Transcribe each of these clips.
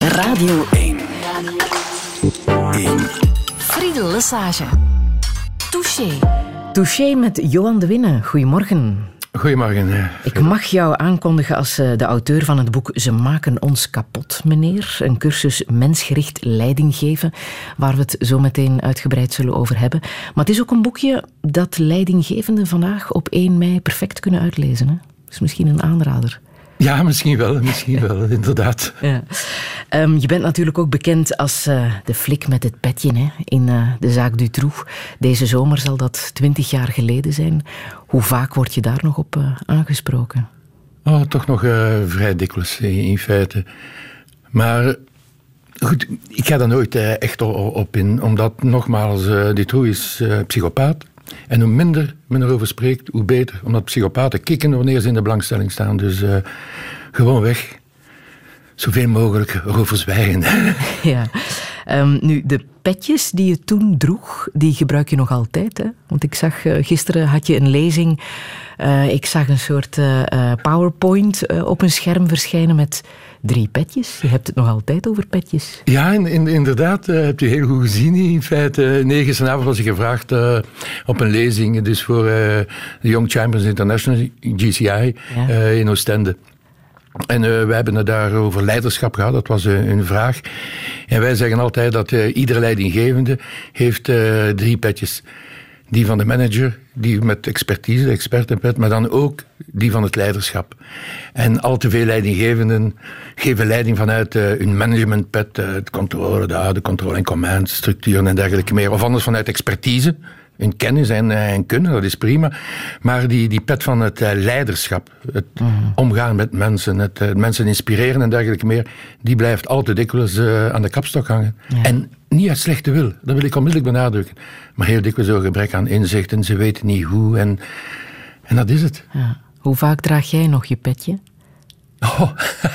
Radio 1. Friedel Lesage. Touché. Touché met Johan de Winne. Goedemorgen. Goedemorgen. Ik mag jou aankondigen als de auteur van het boek Ze maken ons kapot, meneer. Een cursus mensgericht leiding geven, waar we het zo meteen uitgebreid zullen over hebben. Maar het is ook een boekje dat leidinggevenden vandaag op 1 mei perfect kunnen uitlezen. Hè? Dat is misschien een aanrader. Ja, misschien wel, inderdaad. Ja. Je bent natuurlijk ook bekend als de flik met het petje hè, in de zaak Dutroux. Deze zomer zal dat 20 jaar geleden zijn. Hoe vaak word je daar nog op aangesproken? Oh, toch nog vrij dikwijls in feite. Maar goed, ik ga daar nooit echt op in. Omdat, nogmaals, Dutroux is psychopaat. En hoe minder men erover spreekt, hoe beter. Omdat psychopaten kikken wanneer ze in de belangstelling staan. Dus gewoon weg. Zoveel mogelijk erover zwijgen. Ja. Nu, de petjes die je toen droeg, die gebruik je nog altijd. Hè? Want ik zag, gisteren had je een lezing. Ik zag een soort PowerPoint op een scherm verschijnen met 3 petjes. Je hebt het nog altijd over petjes. Ja, inderdaad. Heb je heel goed gezien. In feite, 9 gisteravond was ik gevraagd op een lezing. Dus voor de Young Champions International, GCI, in Oostende. En wij hebben het daar over leiderschap gehad, dat was een vraag. En wij zeggen altijd dat iedere leidinggevende heeft 3 petjes. Die van de manager, die met expertise, de expertenpet, maar dan ook die van het leiderschap. En al te veel leidinggevenden geven leiding vanuit hun managementpet, het controle, de controle en command, structuren en dergelijke meer. Of anders vanuit expertise. Hun kennis en kunnen, dat is prima. Maar die pet van het leiderschap, het omgaan met mensen, het mensen inspireren en dergelijke meer, die blijft al te dikwijls aan de kapstok hangen. Ja. En niet uit slechte wil, dat wil ik onmiddellijk benadrukken. Maar heel dikwijls een gebrek aan inzichten, ze weten niet hoe en dat is het. Ja. Hoe vaak draag jij nog je petje? Oh.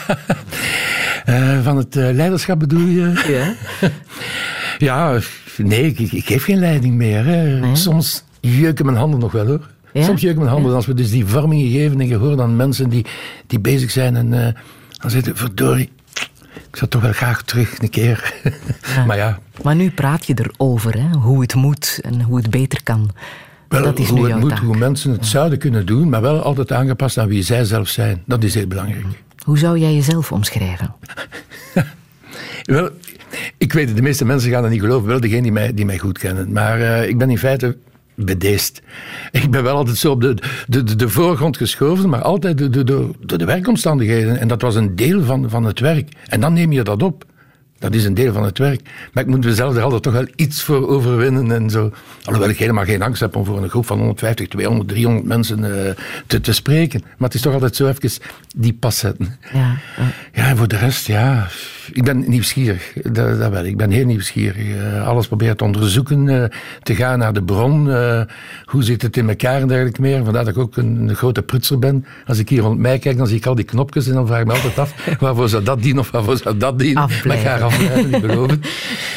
Van het leiderschap bedoel je? Ja. Ja, nee, ik geef geen leiding meer. Hè. Nee? Soms jeuken mijn handen nog wel, hoor. Ja? Soms jeuken mijn handen. Ja. Als we dus die vormingen geven en je hoort aan mensen die bezig zijn en dan zitten we, verdorie, ik zou toch wel graag terug een keer. Ja. Maar ja. Maar nu praat je erover, hè? Hoe het moet en hoe het beter kan. Wel, dat is hoe nu het moet, taak. hoe mensen het zouden kunnen doen, maar wel altijd aangepast aan wie zij zelf zijn. Dat is heel belangrijk. Hoe zou jij jezelf omschrijven? Wel, ik weet het, de meeste mensen gaan dat niet geloven, wel degenen die mij goed kennen. Maar ik ben in feite bedeesd. Ik ben wel altijd zo op de voorgrond geschoven, maar altijd door de werkomstandigheden. En dat was een deel van het werk. En dan neem je dat op. Dat is een deel van het werk. Maar ik moet mezelf er altijd toch wel iets voor overwinnen en zo. Alhoewel ik helemaal geen angst heb om voor een groep van 150, 200, 300 mensen te spreken. Maar het is toch altijd zo even die pas zetten. Ja, en voor de rest, ja, ik ben nieuwsgierig. Dat wel. Ik ben heel nieuwsgierig. Alles proberen te onderzoeken, te gaan naar de bron. Hoe zit het in elkaar en dergelijke meer. Vandaar dat ik ook een grote prutser ben. Als ik hier rond mij kijk, dan zie ik al die knopjes en dan vraag ik me altijd af, waarvoor zou dat dienen of waarvoor zou dat dienen? Maar ik ga afblijven, ik beloof het.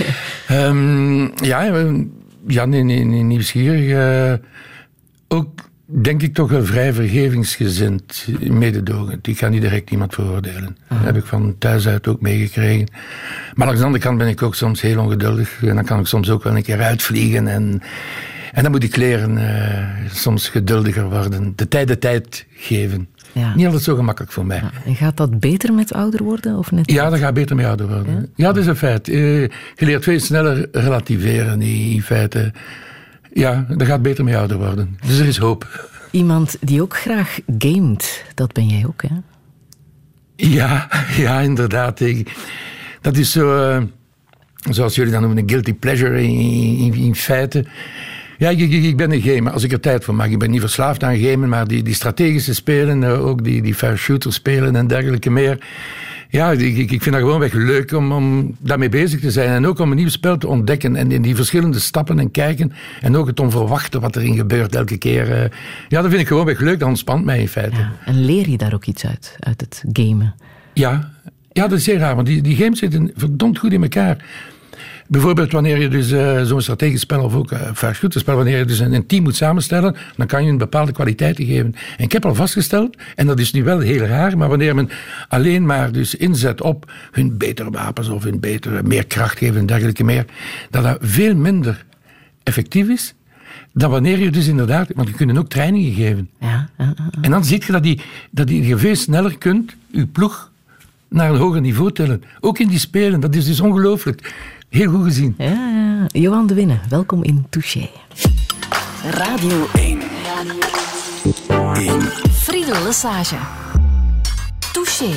Nieuwsgierig. Ook denk ik toch wel vrij vergevingsgezind, mededogend. Ik ga niet direct iemand veroordelen. Dat heb ik van thuis uit ook meegekregen. Maar aan de andere kant ben ik ook soms heel ongeduldig. En dan kan ik soms ook wel een keer uitvliegen. En dan moet ik leren soms geduldiger worden. De tijd geven. Ja. Niet altijd zo gemakkelijk voor mij. Ja. En gaat dat beter met ouder worden? Of net ja, dat gaat beter met ouder worden. Ja, dat is een feit. Je leert veel sneller relativeren in feite. Ja, dat gaat beter met ouder worden. Dus er is hoop. Iemand die ook graag gamet, dat ben jij ook, hè? Ja, inderdaad. Dat is zo, zoals jullie dan noemen, een guilty pleasure in feite. Ja, ik ben een gamer, als ik er tijd voor maak. Ik ben niet verslaafd aan gamen, maar die strategische spelen, ook die fair shooter spelen en dergelijke meer. Ja, ik vind dat gewoon weg leuk om daarmee bezig te zijn. En ook om een nieuw spel te ontdekken. En in die verschillende stappen en kijken. En ook het onverwachte wat erin gebeurt elke keer. Ja, dat vind ik gewoon weg leuk. Dat ontspant mij in feite. Ja, en leer je daar ook iets uit het gamen? Ja, dat is zeer raar. Want die games zitten verdomd goed in elkaar. Bijvoorbeeld wanneer je dus zo'n strategisch spel of ook schuitenspel, wanneer je dus een team moet samenstellen, dan kan je een bepaalde kwaliteiten geven. En ik heb al vastgesteld, en dat is nu wel heel raar, maar wanneer men alleen maar dus inzet op hun betere wapens of hun meer kracht geven en dergelijke meer, dat veel minder effectief is dan wanneer je dus inderdaad, want je kunt ook trainingen geven. Ja. En dan zie je dat je veel sneller kunt je ploeg naar een hoger niveau tillen. Ook in die spelen, dat is dus ongelooflijk. Heel goed gezien. Ja. Johan de Winne, welkom in Touché. Radio 1. Friedel Lesage. Touché.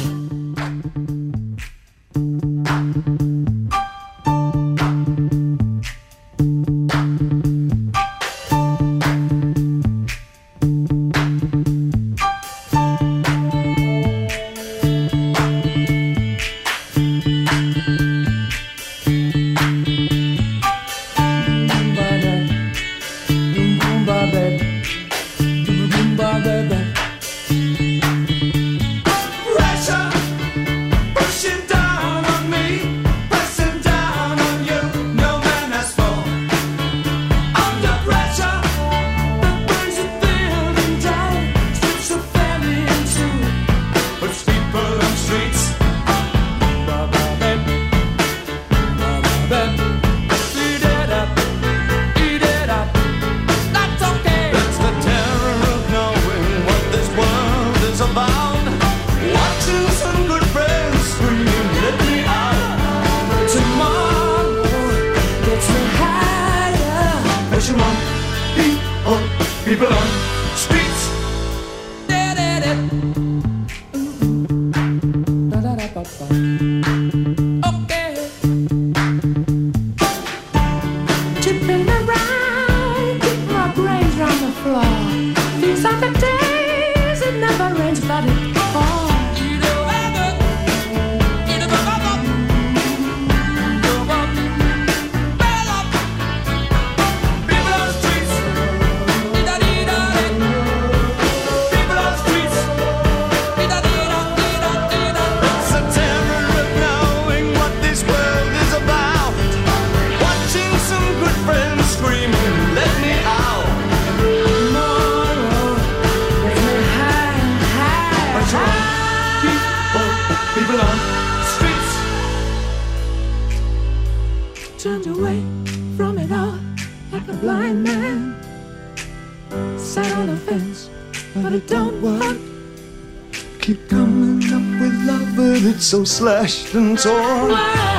So slashed and torn.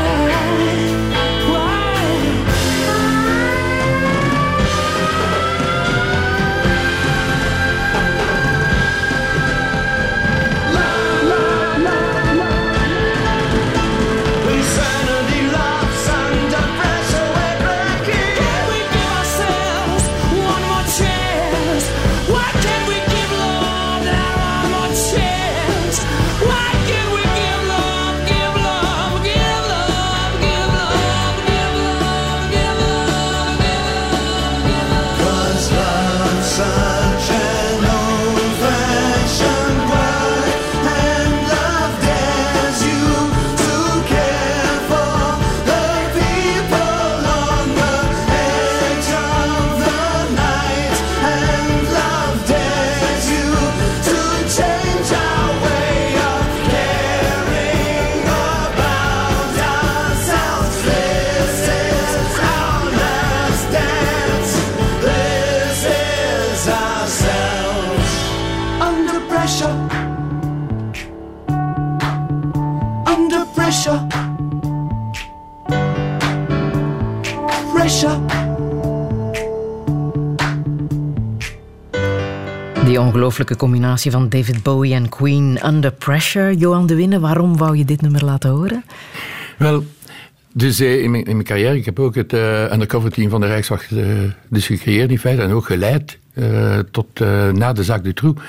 Die ongelooflijke combinatie van David Bowie en Queen, Under Pressure. Johan de Winne, waarom wou je dit nummer laten horen? Wel, dus in mijn carrière, ik heb ook het undercover team van de Rijkswacht dus gecreëerd in feite en ook geleid tot na de Zaak Dutroux.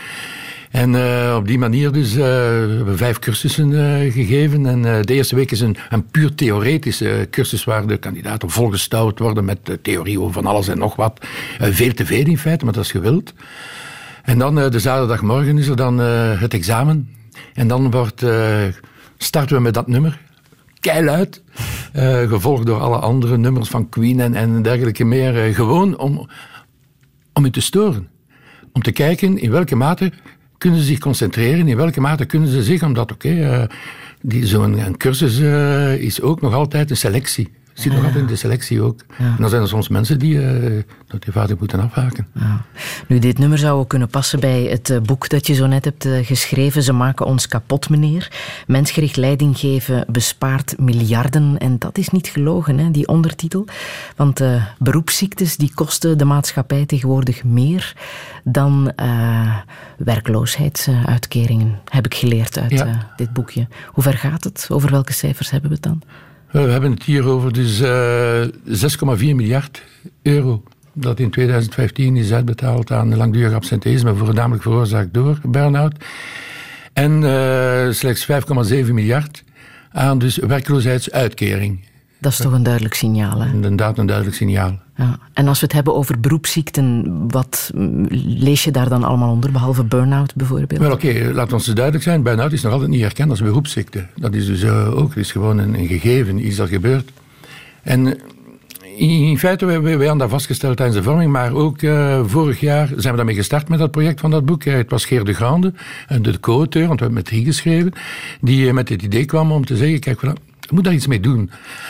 En op die manier dus hebben we 5 cursussen gegeven. En de eerste week is een puur theoretische cursus waar de kandidaten volgestouwd worden met theorie over van alles en nog wat. Veel te veel in feite, maar dat is gewild. En dan de zaterdagmorgen is er dan het examen. En dan starten we met dat nummer. Keiluid. gevolgd door alle andere nummers van Queen en dergelijke meer. Gewoon om u te storen. Om te kijken in welke mate kunnen ze zich concentreren, in welke mate kunnen ze zich, omdat zo'n cursus is ook nog altijd een selectie. Zit nog altijd in de selectie ook. Ja. En dan zijn er soms mensen die dat eenvoudig moeten afhaken. Ja. Nu, dit nummer zou ook kunnen passen bij het boek dat je zo net hebt geschreven. Ze maken ons kapot, meneer. Mensgericht leiding geven bespaart miljarden. En dat is niet gelogen, hè, die ondertitel. Want beroepsziektes die kosten de maatschappij tegenwoordig meer dan werkloosheidsuitkeringen. Heb ik geleerd uit dit boekje. Hoe ver gaat het? Over welke cijfers hebben we het dan? We hebben het hier over dus 6,4 miljard euro dat in 2015 is uitbetaald aan langdurig absenteïsme, voornamelijk veroorzaakt door burn-out. En slechts 5,7 miljard aan dus werkloosheidsuitkering. Dat is toch een duidelijk signaal, hè? Inderdaad, een duidelijk signaal. Ja. En als we het hebben over beroepsziekten, wat lees je daar dan allemaal onder, behalve burn-out bijvoorbeeld? Wel oké, laat ons duidelijk zijn, burn-out is nog altijd niet erkend als beroepsziekte. Dat is dus ook, het is gewoon een gegeven, iets dat gebeurt. En in feite, wij hadden dat vastgesteld tijdens de vorming, maar ook vorig jaar zijn we daarmee gestart met dat project van dat boek. Het was Geert de Grande, de co-auteur, want we hebben met 3 geschreven, die met het idee kwam om te zeggen, kijk, we moeten daar iets mee doen.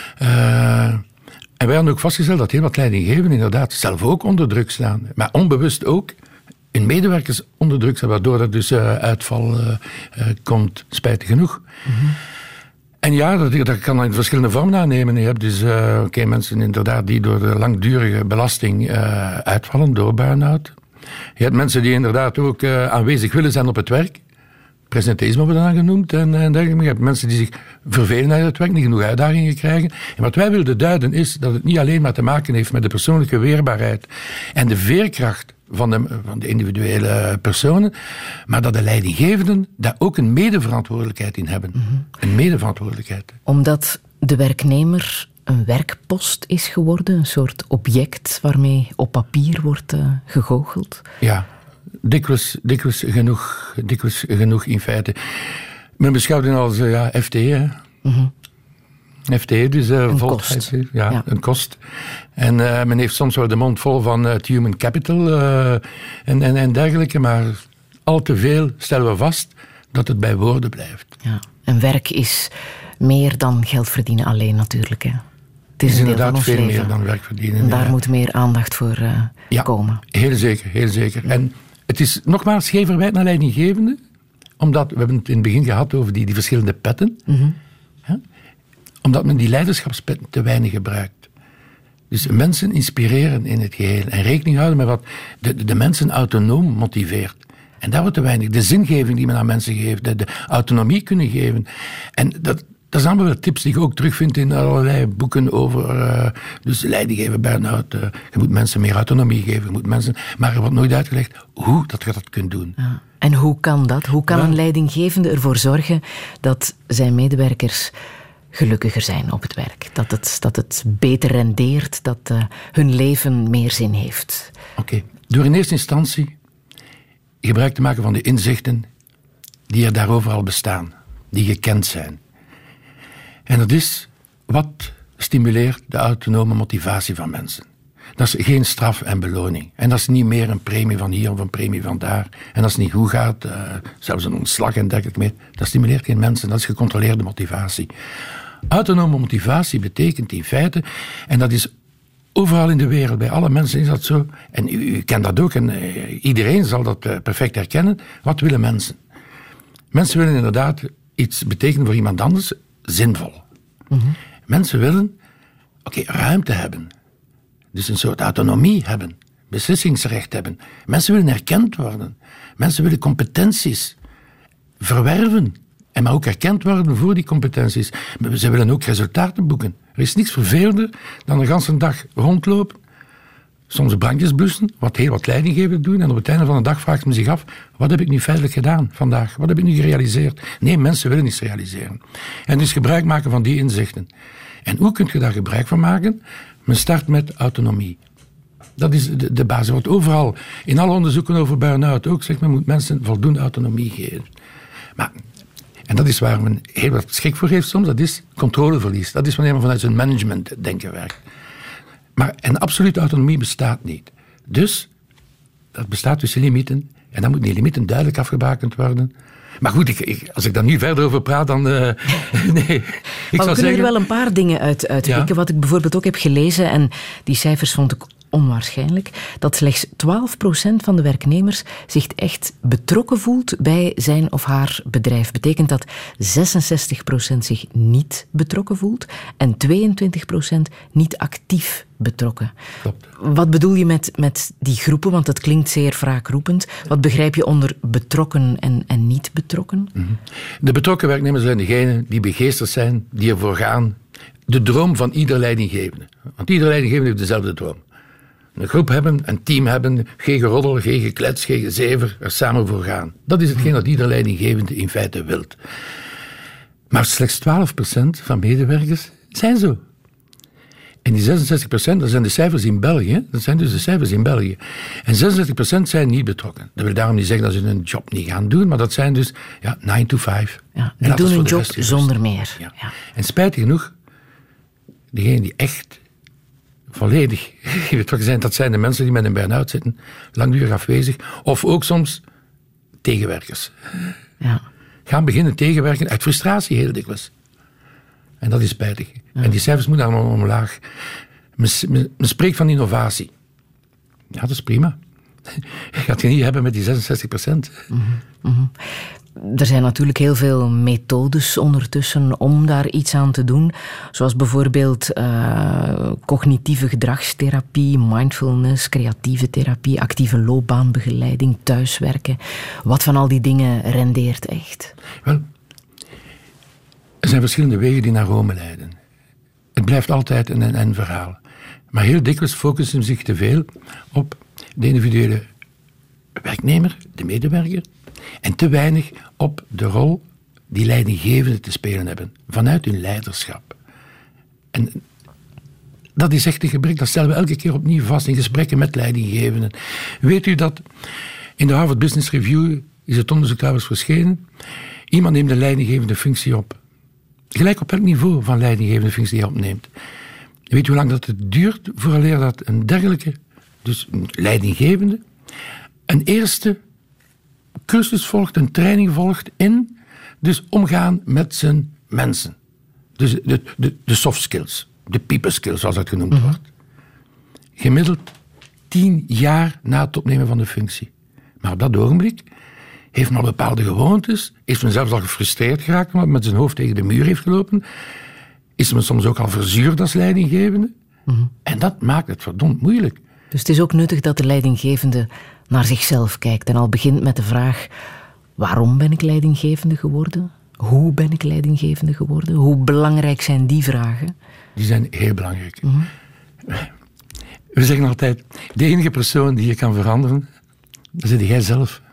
En wij hadden ook vastgesteld dat heel wat leidinggevenden inderdaad zelf ook onder druk staan. Maar onbewust ook hun medewerkers onder druk staan, waardoor er dus uitval komt, spijtig genoeg. Mm-hmm. En ja, dat kan in verschillende vormen aannemen. Je hebt dus mensen inderdaad die door de langdurige belasting uitvallen, door burn-out. Je hebt mensen die inderdaad ook aanwezig willen zijn op het werk. Presenteïsme wordt dan genoemd en dergelijke. Je hebt mensen die zich vervelen uit het werk, niet genoeg uitdagingen krijgen. En wat wij wilden duiden is dat het niet alleen maar te maken heeft met de persoonlijke weerbaarheid en de veerkracht van de individuele personen, maar dat de leidinggevenden daar ook een medeverantwoordelijkheid in hebben. Mm-hmm. Een medeverantwoordelijkheid. Omdat de werknemer een werkpost is geworden, een soort object waarmee op papier wordt gegoocheld. Ja. Dikwijls genoeg in feite. Men beschouwt het als FTE. Mm-hmm. FTE, dus kost. Een kost. En men heeft soms wel de mond vol van het human capital en dergelijke, maar al te veel stellen we vast dat het bij woorden blijft. Ja. En werk is meer dan geld verdienen alleen natuurlijk, hè? Het is inderdaad veel meer dan werk verdienen. En daar moet meer aandacht voor komen. Heel zeker, heel zeker. En het is nogmaals geen verwijt naar leidinggevenden, omdat we hebben het in het begin gehad over die verschillende petten, omdat men die leiderschapspetten te weinig gebruikt. Dus mensen inspireren in het geheel en rekening houden met wat de mensen autonoom motiveert. En daar wordt te weinig. De zingeving die men aan mensen geeft, de autonomie kunnen geven. En dat zijn allemaal wel tips die je ook terugvindt in allerlei boeken over dus leiding geven, burn-out. Je moet mensen meer autonomie geven, je moet mensen, maar er wordt nooit uitgelegd hoe dat je dat kunt doen. Ja. En hoe kan dat? Hoe kan een leidinggevende ervoor zorgen dat zijn medewerkers gelukkiger zijn op het werk? Dat het beter rendeert, dat hun leven meer zin heeft? Oké. Door in eerste instantie gebruik te maken van de inzichten die er daarover al bestaan, die gekend zijn. En dat is wat stimuleert de autonome motivatie van mensen. Dat is geen straf en beloning. En dat is niet meer een premie van hier of een premie van daar. En als het niet goed gaat, zelfs een ontslag en dergelijke meer, dat stimuleert geen mensen. Dat is gecontroleerde motivatie. Autonome motivatie betekent in feite, en dat is overal in de wereld, bij alle mensen is dat zo, en u kent dat ook, en iedereen zal dat perfect herkennen. Wat willen mensen? Mensen willen inderdaad iets betekenen voor iemand anders, zinvol. Mm-hmm. Mensen willen ruimte hebben. Dus een soort autonomie hebben. Beslissingsrecht hebben. Mensen willen erkend worden. Mensen willen competenties verwerven. En maar ook erkend worden voor die competenties. Ze willen ook resultaten boeken. Er is niks vervelender dan de hele dag rondlopen. Soms bankjes blussen, wat heel wat leidinggevenden doen. En op het einde van de dag vraagt men zich af, wat heb ik nu feitelijk gedaan vandaag? Wat heb ik nu gerealiseerd? Nee, mensen willen niets realiseren. En dus gebruik maken van die inzichten. En hoe kun je daar gebruik van maken? Men start met autonomie. Dat is de basis. Wordt overal, in alle onderzoeken over burn-out ook, zegt men moet mensen voldoende autonomie geven. Maar En dat is waar men heel wat schrik voor heeft soms. Dat is controleverlies. Dat is wanneer men vanuit zijn management denken werkt. Maar een absolute autonomie bestaat niet. Dus, dat bestaat tussen limieten. En dan moeten die limieten duidelijk afgebakend worden. Maar goed, als ik daar nu verder over praat, dan... nee. Maar we kunnen er wel een paar dingen uit pikken. Wat ik bijvoorbeeld ook heb gelezen, en die cijfers vond ik onwaarschijnlijk, dat slechts 12% van de werknemers zich echt betrokken voelt bij zijn of haar bedrijf. Betekent dat 66% zich niet betrokken voelt en 22% niet actief betrokken. Klopt. Wat bedoel je met die groepen? Want dat klinkt zeer wraakroepend. Wat begrijp je onder betrokken en niet betrokken? Mm-hmm. De betrokken werknemers zijn degenen die begeesterd zijn, die ervoor gaan. De droom van ieder leidinggevende. Want ieder leidinggevende heeft dezelfde droom. Een groep hebben, een team hebben, geen geroddel, geen geklets, geen gezever, er samen voor gaan. Dat is hetgeen dat ieder leidinggevende in feite wilt. Maar slechts 12% van medewerkers zijn zo. En die 66%, dat zijn de cijfers in België. Dat zijn dus de cijfers in België. En 66% zijn niet betrokken. Dat wil daarom niet zeggen dat ze hun job niet gaan doen, maar dat zijn dus 9 to 5. Ja, die doen hun job zonder meer. Ja. En spijtig genoeg, degenen die echt volledig betrokken zijn, dat zijn de mensen die met een burn-out zitten, langdurig afwezig, of ook soms tegenwerkers. Ja. Gaan beginnen tegenwerken uit frustratie heel dikwijls. En dat is spijtig. Ja. En die cijfers moeten allemaal omlaag. Men spreekt van innovatie. Ja, dat is prima. Gaat je niet hebben met die 66%. Mm-hmm. Er zijn natuurlijk heel veel methodes ondertussen om daar iets aan te doen. Zoals bijvoorbeeld cognitieve gedragstherapie, mindfulness, creatieve therapie, actieve loopbaanbegeleiding, thuiswerken. Wat van al die dingen rendeert echt? Wel, er zijn verschillende wegen die naar Rome leiden. Het blijft altijd een verhaal. Maar heel dikwijls focussen ze zich te veel op de individuele werknemer, de medewerker, en te weinig op de rol die leidinggevenden te spelen hebben, vanuit hun leiderschap. En dat is echt een gebrek, dat stellen we elke keer opnieuw vast in gesprekken met leidinggevenden. Weet u dat in de Harvard Business Review is het onderzoek trouwens verschenen, iemand neemt een leidinggevende functie op. Gelijk op elk niveau van leidinggevende functie die je opneemt. Weet u hoe lang dat het duurt vooraleer dat een dergelijke, dus een leidinggevende, een eerste cursus volgt, een training volgt in dus omgaan met zijn mensen. Dus de soft skills, de people skills zoals dat genoemd wordt. Gemiddeld 10 jaar na het opnemen van de functie. Maar op dat ogenblik heeft men al bepaalde gewoontes, is men zelfs al gefrustreerd geraakt omdat men met zijn hoofd tegen de muur heeft gelopen, is men soms ook al verzuurd als leidinggevende. En dat maakt het verdomd moeilijk. Dus het is ook nuttig dat de leidinggevende naar zichzelf kijkt en al begint met de vraag: waarom ben ik leidinggevende geworden? Hoe ben ik leidinggevende geworden? Hoe belangrijk zijn die vragen? Die zijn heel belangrijk. We zeggen altijd, de enige persoon die je kan veranderen, dat is jij zelf.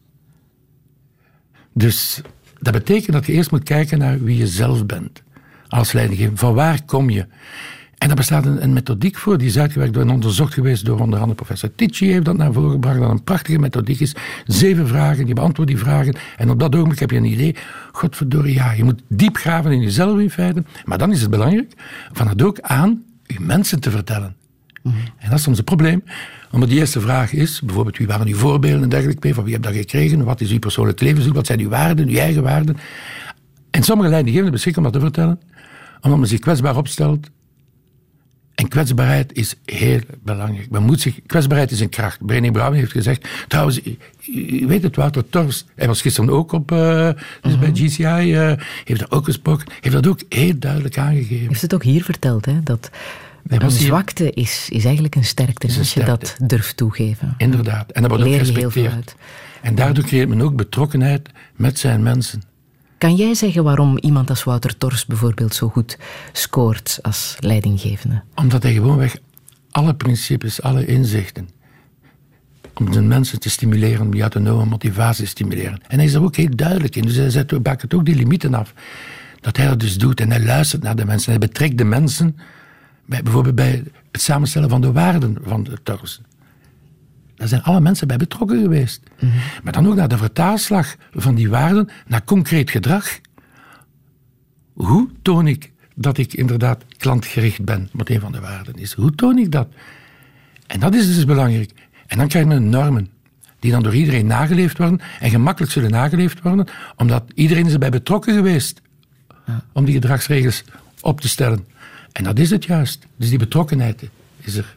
Dus dat betekent dat je eerst moet kijken naar wie je zelf bent. Als leidinggevende. Van waar kom je? En daar bestaat een methodiek voor, die is uitgewerkt door en onderzocht geweest door onder andere professor Tichy, heeft dat naar voren gebracht, dat een prachtige methodiek is. 7 vragen, je beantwoordt die vragen en op dat ogenblik heb je een idee. Godverdorie, ja, je moet diep graven in jezelf in feite, maar dan is het belangrijk van het ook aan je mensen te vertellen. En dat is soms een probleem, omdat die eerste vraag is, bijvoorbeeld wie waren uw voorbeelden en dergelijke, van wie heb je dat gekregen, wat is uw persoonlijk levensdoel, wat zijn uw waarden, uw eigen waarden. En sommige leidinggevenden beschikken om dat te vertellen, omdat men zich kwetsbaar opstelt. En kwetsbaarheid is heel belangrijk. Kwetsbaarheid is een kracht. Brené Brown heeft gezegd, trouwens, je weet het, Wouter Torfs, hij was gisteren ook op, dus bij GCI, heeft daar ook gesproken, heeft dat ook heel duidelijk aangegeven. Heeft het ook hier verteld, hè, dat een zwakte is eigenlijk een sterkte, als je dat durft toegeven. Inderdaad. En dat wordt ook gerespecteerd. En daardoor creëert men ook betrokkenheid met zijn mensen. Kan jij zeggen waarom iemand als Wouter Torfs bijvoorbeeld zo goed scoort als leidinggevende? Omdat hij gewoonweg alle principes, alle inzichten, om zijn mensen te stimuleren, om die autonome motivatie te stimuleren. En hij is er ook heel duidelijk in. Dus hij bakt ook die limieten af. Dat hij dat dus doet. En hij luistert naar de mensen. Hij betrekt de mensen, bijvoorbeeld bij het samenstellen van de waarden van de Torfs. Daar zijn alle mensen bij betrokken geweest. Mm-hmm. Maar dan ook naar de vertaalslag van die waarden naar concreet gedrag. Hoe toon ik dat ik inderdaad klantgericht ben, wat een van de waarden is? Hoe toon ik dat? En dat is dus belangrijk. En dan krijg je normen, die dan door iedereen nageleefd worden en gemakkelijk zullen nageleefd worden, omdat iedereen is erbij betrokken geweest om die gedragsregels op te stellen. En dat is het juist. Dus die betrokkenheid is er.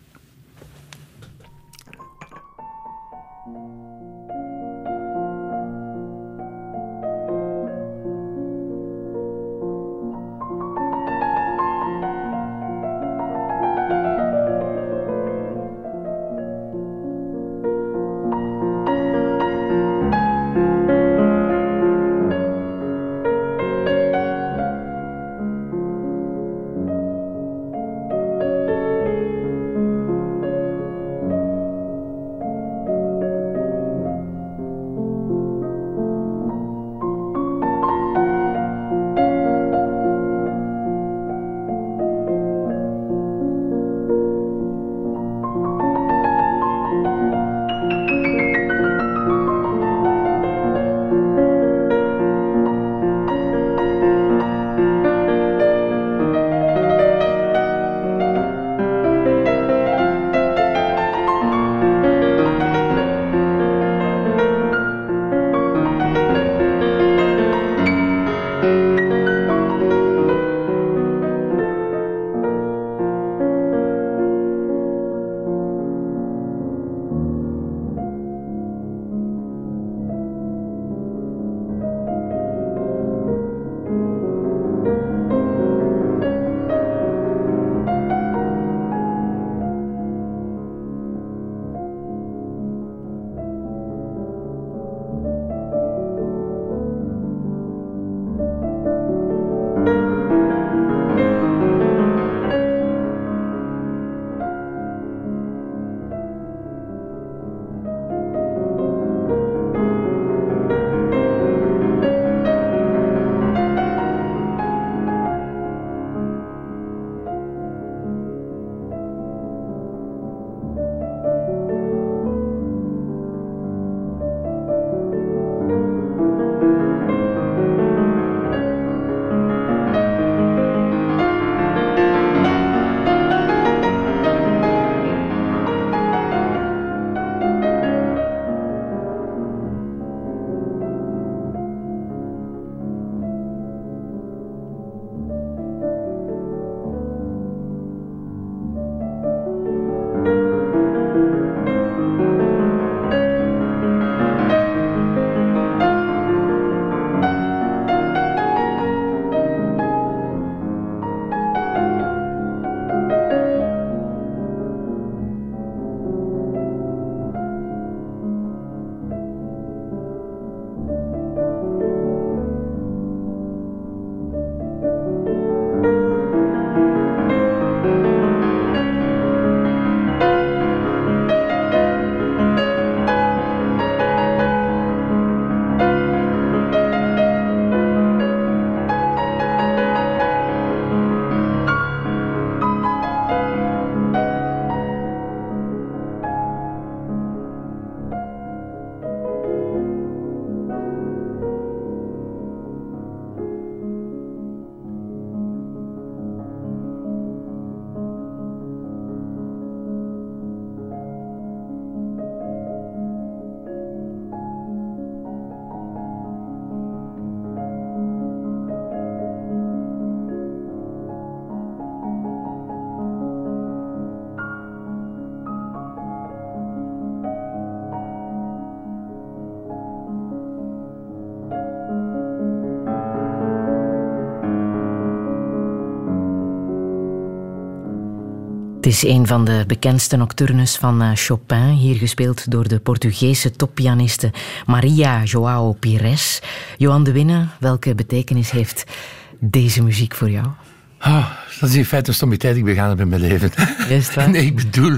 Het is een van de bekendste nocturnes van Chopin, hier gespeeld door de Portugese toppianiste Maria João Pires. Johan de Winne, welke betekenis heeft deze muziek voor jou? Oh, dat is in feite een stomme tijd die ik begaan heb in mijn leven. Is het waar? Nee, ik bedoel,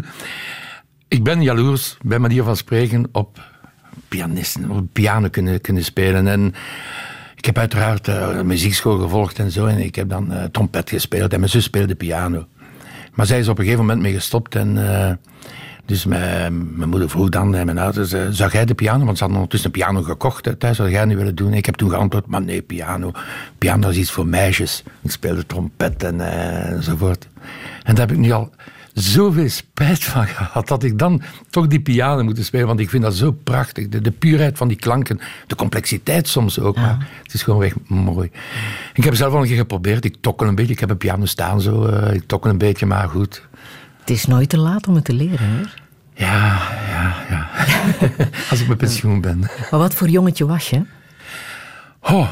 ik ben jaloers, bij manier van spreken, op pianisten, op piano kunnen spelen. En ik heb uiteraard een muziekschool gevolgd en zo. En ik heb dan trompet gespeeld en mijn zus speelde piano. Maar zij is op een gegeven moment mee gestopt en Dus mijn moeder vroeg dan aan mijn ouders, zou jij de piano, want ze hadden ondertussen een piano gekocht thuis, zou jij niet willen doen? Ik heb toen geantwoord, maar nee, piano is iets voor meisjes. Ik speelde trompet enzovoort. En daar heb ik nu al zoveel spijt van gehad, dat ik dan toch die piano moet spelen, want ik vind dat zo prachtig. De puurheid van die klanken, de complexiteit soms ook, maar het is gewoon echt mooi. Ik heb zelf al een keer geprobeerd, ik tokkel een beetje, ik heb een piano staan zo, ik tokkel een beetje, maar goed. Het is nooit te laat om het te leren, hoor. Ja. Als ik met pensioen ben. Maar wat voor jongetje was je? Oh.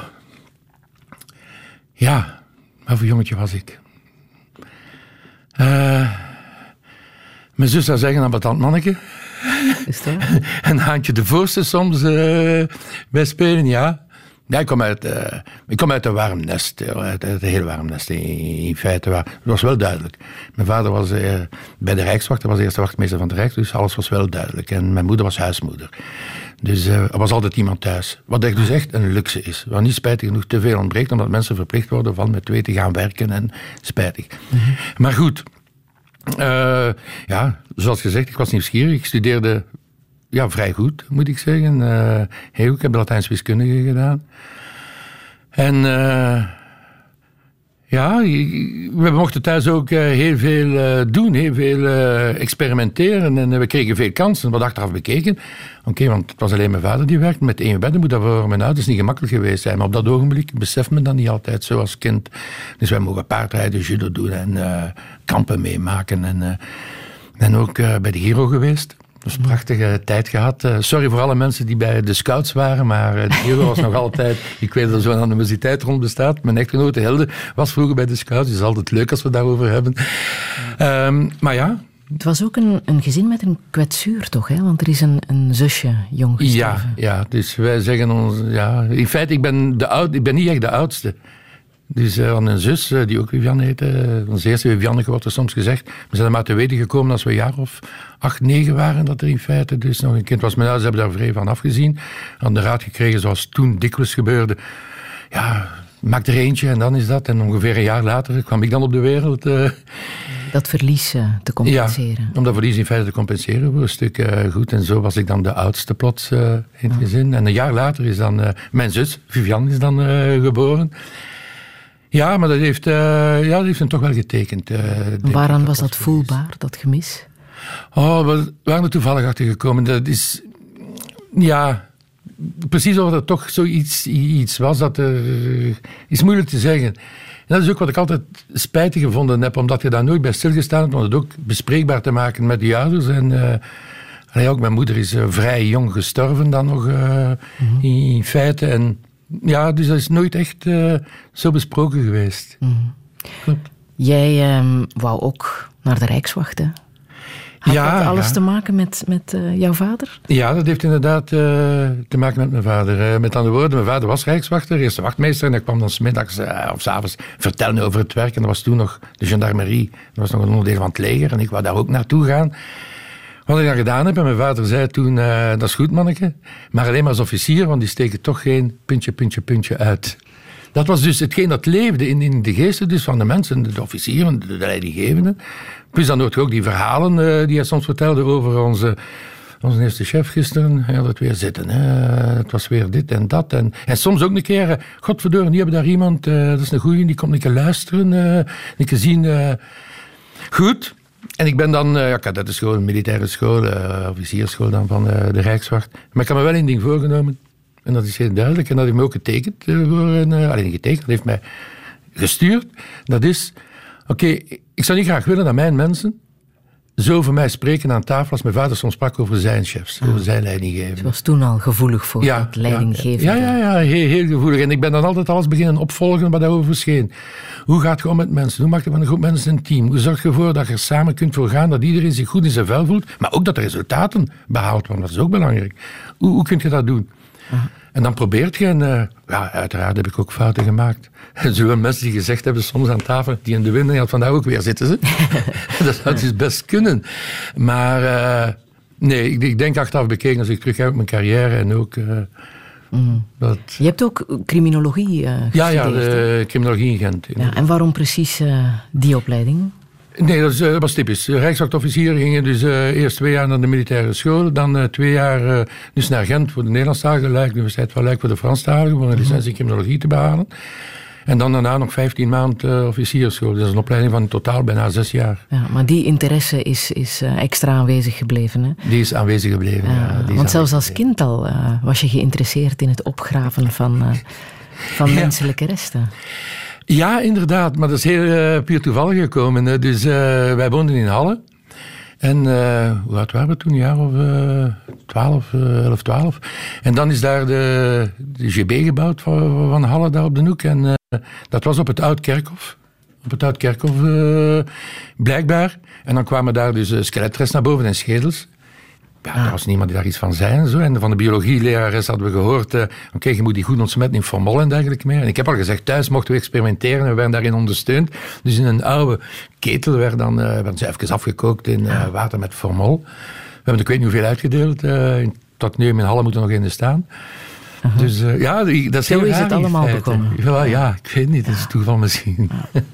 Ja, wat voor jongetje was ik? Mijn zus zou zeggen, een ambetant manneke. Is dat? Een haantje de voorste soms bij spelen, ja. Ja, ik kom uit een warm nest, uit een heel warm nest in feite. Het was wel duidelijk. Mijn vader was bij de Rijkswacht, hij was de eerste wachtmeester van de Rijks, dus alles was wel duidelijk. En mijn moeder was huismoeder. Dus er was altijd iemand thuis. Wat dus echt een luxe is. Waar niet spijtig genoeg te veel ontbreekt, omdat mensen verplicht worden van met 2 te gaan werken en spijtig. Mm-hmm. Maar goed, zoals gezegd, ik was nieuwsgierig. Ik studeerde vrij goed, moet ik zeggen. Heel goed, ik heb Latijns wiskundige gedaan. En we mochten thuis ook heel veel doen, heel veel experimenteren. En we kregen veel kansen, wat achteraf bekeken. Oké, want het was alleen mijn vader die werkte. Met 1 bed, dat moet dat voor mijn ouders niet gemakkelijk geweest zijn. Maar op dat ogenblik beseft men dat niet altijd zo als kind. Dus wij mogen paardrijden, judo doen en kampen meemaken. En ook bij de Giro geweest. Dus een prachtige tijd gehad. Sorry voor alle mensen die bij de scouts waren, maar de Giro was nog altijd... Ik weet dat er zo'n animositeit rond bestaat. Mijn echtgenote Hilde was vroeger bij de scouts. Het is altijd leuk als we het daarover hebben. Maar ja... Het was ook een gezin met een kwetsuur, toch? Hè? Want er is een zusje jong gestorven. Ja, dus wij zeggen ons... Ja, in feite, ik ben niet echt de oudste. Dus aan een zus, die ook Viviane heette, onze eerste Vivianneke wordt er soms gezegd. We zijn er maar te weten gekomen als we een jaar of 8, 9 waren, dat er in feite dus nog een kind was. Mijn ouders hebben daar vrij van afgezien. Hadden de raad gekregen, zoals toen dikwijls gebeurde. Ja, maak er eentje en dan is dat. En ongeveer een jaar later kwam ik dan op de wereld. Dat verlies te compenseren. Ja, om dat verlies in feite te compenseren voor een stuk goed. En zo was ik dan de oudste plots in het gezin. En een jaar later is dan mijn zus, Viviane, is dan geboren. Ja, maar dat heeft hem toch wel getekend. Waaraan was dat voelbaar, dat gemis? We waren er toevallig achter gekomen. Dat is... Ja, precies of dat toch zoiets was, dat is moeilijk te zeggen. En dat is ook wat ik altijd spijtig gevonden heb, omdat je daar nooit bij stilgestaan hebt, om het ook bespreekbaar te maken met die ouders. En ook mijn moeder is vrij jong gestorven dan nog, in feite. En ja, dus dat is nooit echt zo besproken geweest. Klopt. Jij wou ook naar de Rijkswacht, hè? Had dat alles te maken met jouw vader? Ja, dat heeft inderdaad te maken met mijn vader. Met andere woorden, mijn vader was Rijkswachter, eerste wachtmeester. En hij kwam dan 's middags of 's avonds vertellen over het werk. En dat was toen nog de gendarmerie. Dat was nog een onderdeel van het leger. En ik wou daar ook naartoe gaan. Wat ik dan gedaan heb, en mijn vader zei toen, dat is goed manneke, maar alleen maar als officier, want die steken toch geen puntje uit. Dat was dus hetgeen dat leefde in de geesten dus van de mensen, de officieren, de leidinggevenden. Plus dan hoort je ook die verhalen die hij soms vertelde over onze eerste chef gisteren. Hij had het weer zitten. Het was weer dit en dat. En soms ook een keer, godverdorie, nu hebben we daar iemand, dat is een goeie, die komt een keer luisteren, een keer zien. Goed. En ik ben dan, dat is gewoon een militaire school, officiersschool dan van de Rijkswacht. Maar ik heb me wel één ding voorgenomen. En dat is heel duidelijk. En dat heeft me ook getekend. Niet getekend, dat heeft mij gestuurd. Dat is, ik zou niet graag willen dat mijn mensen zo over mij spreken aan tafel als mijn vader soms sprak over zijn chefs, over zijn leidinggevenden. Je was toen al gevoelig voor het leidinggeven. Ja, heel gevoelig. En ik ben dan altijd alles beginnen opvolgen wat daarover verscheen. Hoe gaat je om met mensen? Hoe maak je van een groep mensen een team? Hoe zorg je ervoor dat je er samen kunt voor gaan, dat iedereen zich goed in zijn vel voelt, maar ook dat de resultaten behaald worden? Dat is ook belangrijk. Hoe kun je dat doen? En dan probeert je, en uiteraard heb ik ook fouten gemaakt. En zo mensen die gezegd hebben, soms aan tafel, die in de wind, en had vandaag ook weer zitten ze. Dat zou dus best kunnen. Maar nee, ik denk achteraf bekeken, als ik terugga op mijn carrière en ook... Je hebt ook criminologie gestudeerd. Ja, criminologie in Gent. Ja, en waarom precies die opleiding? Nee, dat was typisch. Rijkswachtofficieren gingen dus eerst 2 jaar naar de militaire school, dan 2 jaar dus naar Gent voor de Nederlandstalige, Luik, de Universiteit van Luik voor de Franstaligen, voor een licentie criminologie te behalen. En dan daarna nog 15 maanden officiersschool. Dat is een opleiding van in totaal bijna 6 jaar. Ja, maar die interesse is extra aanwezig gebleven, hè? Die is aanwezig gebleven, Want zelfs als kind al was je geïnteresseerd in het opgraven van menselijke resten. Ja, inderdaad, maar dat is heel puur toevallig gekomen. Hè. Dus wij woonden in Halle. En hoe oud waren we toen? Een jaar of 11, 12. En dan is daar de GB gebouwd van Halle, daar op de hoek. En dat was op het Oud-Kerkhof. Op het Oud-Kerkhof blijkbaar. En dan kwamen daar dus skeletresten naar boven en schedels. Ja, er was niemand die daar iets van zei en zo. En van de biologielerares hadden we gehoord, oké, je moet die goed ontsmetten in formol en dergelijke meer. En ik heb al gezegd, thuis mochten we experimenteren en we werden daarin ondersteund. Dus in een oude ketel werden ze even afgekookt in water met formol. We hebben ik weet niet hoeveel uitgedeeld. Tot nu in Halle moeten er nog in staan. Dus ja, dat is zo heel is het allemaal begonnen. Ja, ik weet niet, dat is toeval misschien.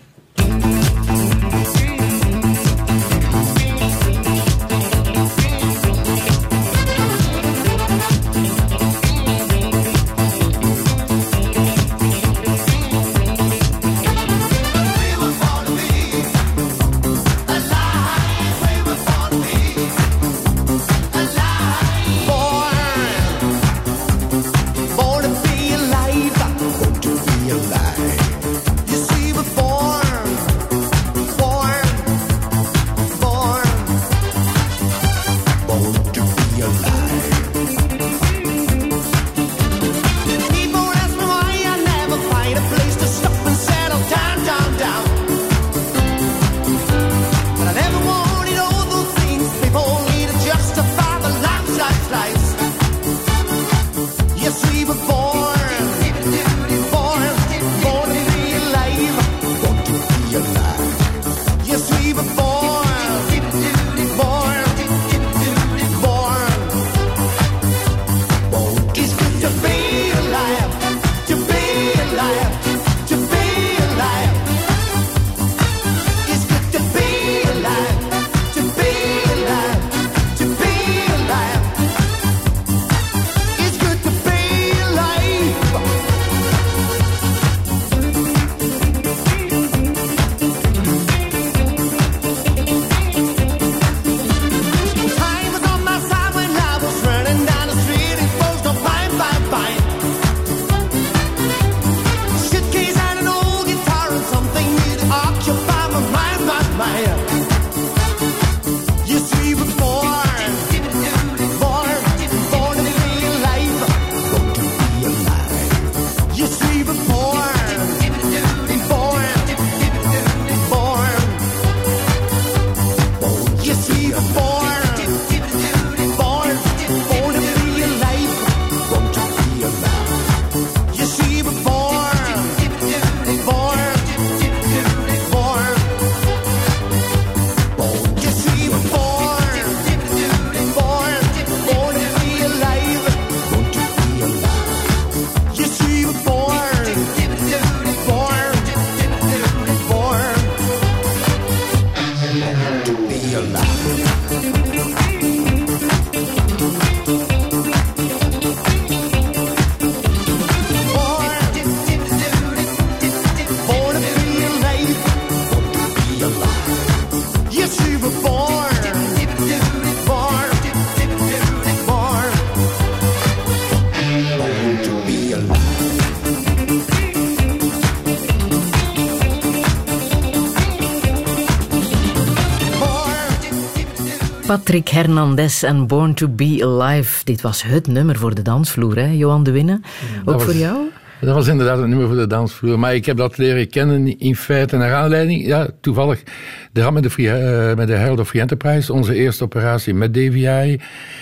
Patrick Hernandez en Born to be Alive. Dit was het nummer voor de dansvloer, hè, Johan de Winne? Ook voor jou? Dat was inderdaad een nummer voor de dansvloer. Maar ik heb dat leren kennen in feite naar aanleiding, ja, toevallig, de ramp met de Herald of Free Enterprise, onze eerste operatie met DVI.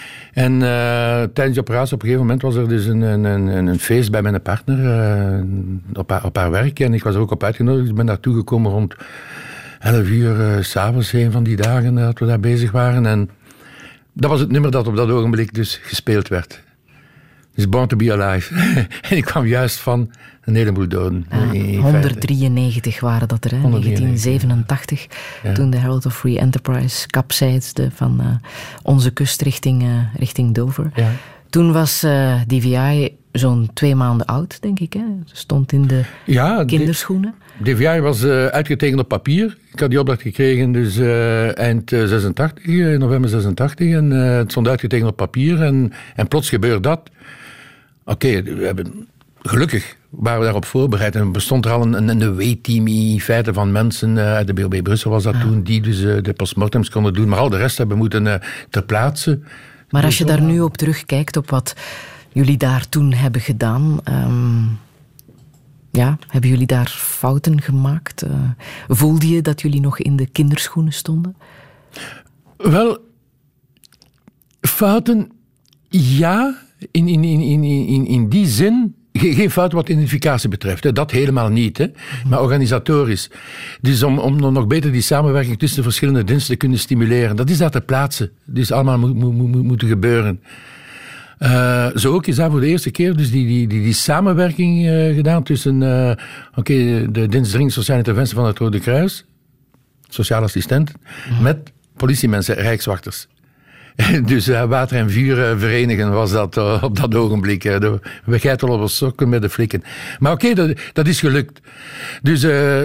En tijdens die operatie op een gegeven moment was er dus een feest bij mijn partner op haar werk. En ik was er ook op uitgenodigd. Ik ben naartoe gekomen rond 11 uur 's avonds, een van die dagen dat we daar bezig waren. En dat was het nummer dat op dat ogenblik dus gespeeld werd. Dus Born to be Alive. En ik kwam juist van een heleboel doden. 193 waren dat er, hè? 1987, toen de Herald of Free Enterprise capseisde van onze kust richting Dover. Ja. Toen was DVI zo'n 2 maanden oud, denk ik. Hè? Stond in de kinderschoenen. DVI was uitgetekend op papier. Ik had die opdracht gekregen dus eind 86, november 86. En het stond uitgetekend op papier. En plots gebeurt dat. Oké, we hebben... Gelukkig waren we daarop voorbereid. En er bestond er al een weighteam in feite van mensen. Uit de BOB Brussel was dat toen. Die dus de postmortems konden doen. Maar al de rest hebben moeten ter plaatse. Maar als je daar nu op terugkijkt, op wat jullie daar toen hebben gedaan... hebben jullie daar fouten gemaakt? Voelde je dat jullie nog in de kinderschoenen stonden? Wel, fouten, ja... In die zin, geen fout wat identificatie betreft. Hè. Dat helemaal niet. Hè. Maar organisatorisch. Dus om nog beter die samenwerking tussen de verschillende diensten te kunnen stimuleren. Dat is daar ter plaatse. Dus allemaal moeten gebeuren. Zo ook is daar voor de eerste keer dus die samenwerking gedaan tussen de dienst dringend sociale interventie van het Rode Kruis, sociale assistenten, met politiemensen, rijkswachters. Dus water en vuur verenigen was dat op dat ogenblik. We geiten op ons sokken met de flikken. Maar oké, dat is gelukt. Dus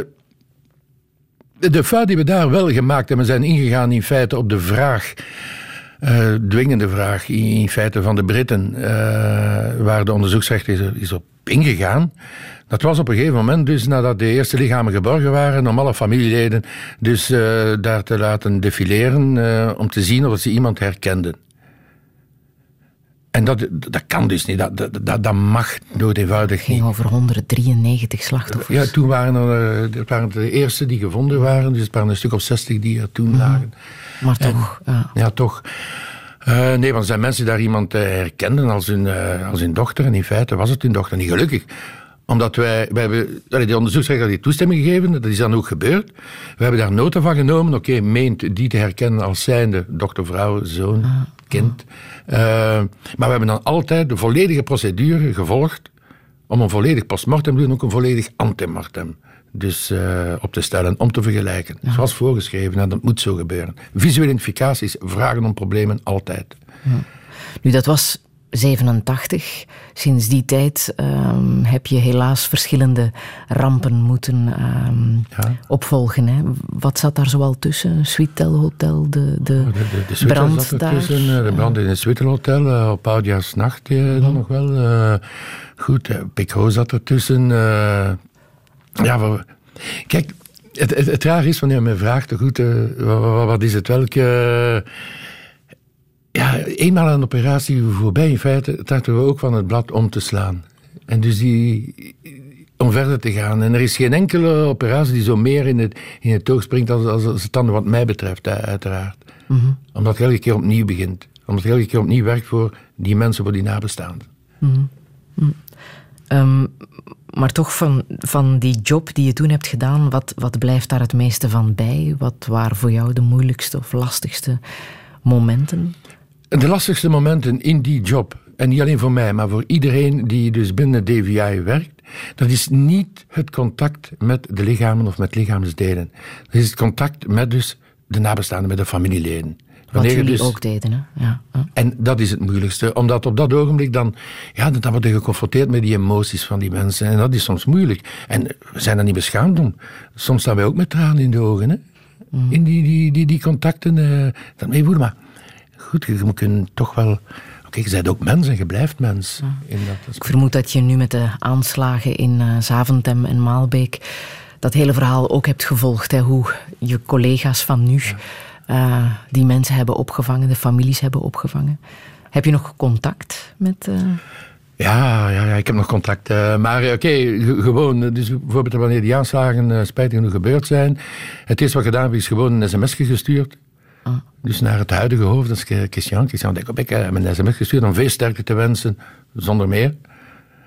de fout die we daar wel gemaakt hebben, zijn ingegaan in feite op de vraag, dwingende vraag in feite van de Britten, waar de onderzoeksrechter is op ingegaan. Dat was op een gegeven moment, dus nadat de eerste lichamen geborgen waren, om alle familieleden dus daar te laten defileren, om te zien of ze iemand herkenden. En dat kan dus niet, dat mag dood eenvoudig niet. Het ging over 193 slachtoffers. Ja, toen waren waren de eerste die gevonden waren, dus het waren een stuk of 60 die er toen lagen. Maar toch. Ja, toch. Nee, want er zijn mensen die daar iemand herkenden als hun dochter, en in feite was het hun dochter niet, gelukkig. Omdat wij hebben, de onderzoeksrechter die toestemming gegeven, dat is dan ook gebeurd. We hebben daar nota van genomen, meent die te herkennen als zijnde dochter, vrouw, zoon, kind. Maar we hebben dan altijd de volledige procedure gevolgd om een volledig postmortem te doen, ook een volledig antemortem dus op te stellen, om te vergelijken. Ja. Zoals voorgeschreven, en dat moet zo gebeuren. Visuele identificaties vragen om problemen altijd. Ja. Nu, dat was 87. Sinds die tijd heb je helaas verschillende rampen moeten opvolgen. Hè. Wat zat daar zoal tussen? Sweetel Hotel, de brand zat daar? De brand in het Sweetel Hotel, op Oudjaarsnacht dan nog wel. Pico zat ertussen. Kijk, het raar is wanneer men vraagt, wat is het, welke... eenmaal een operatie voorbij, in feite, trachten we ook van het blad om te slaan. En dus om verder te gaan. En er is geen enkele operatie die zo meer in het oog springt als het dan wat mij betreft, uiteraard. Mm-hmm. Omdat het elke keer opnieuw begint. Omdat het elke keer opnieuw werkt voor die mensen, voor die nabestaanden. Mm-hmm. Maar toch van die job die je toen hebt gedaan, wat blijft daar het meeste van bij? Wat waren voor jou de moeilijkste of lastigste momenten? De lastigste momenten in die job, en niet alleen voor mij, maar voor iedereen die dus binnen DVI werkt, dat is niet het contact met de lichamen of met lichaamsdelen. Dat is het contact met dus de nabestaanden, met de familieleden. Wat jullie ook deden, hè? Ja. En dat is het moeilijkste, omdat op dat ogenblik dan word je geconfronteerd met die emoties van die mensen. En dat is soms moeilijk. En we zijn daar niet beschaamd om. Soms staan wij ook met tranen in de ogen, hè? Mm. In die contacten. Daarmee voelen, maar goed, je kunt toch wel... je bent ook mens en je blijft mens. Ja. Ik vermoed dat je nu met de aanslagen in Zaventem en Maalbeek dat hele verhaal ook hebt gevolgd. Hè? Hoe je collega's van nu... die mensen hebben opgevangen, de families hebben opgevangen. Heb je nog contact met... Ja, ik heb nog contact. Maar gewoon, dus bijvoorbeeld wanneer die aanslagen spijtig genoeg gebeurd zijn, het eerste wat gedaan heb is gewoon een sms gestuurd. Dus naar het huidige hoofd, dat is Christian. Christian, ik heb een sms gestuurd om veel sterkte te wensen, zonder meer.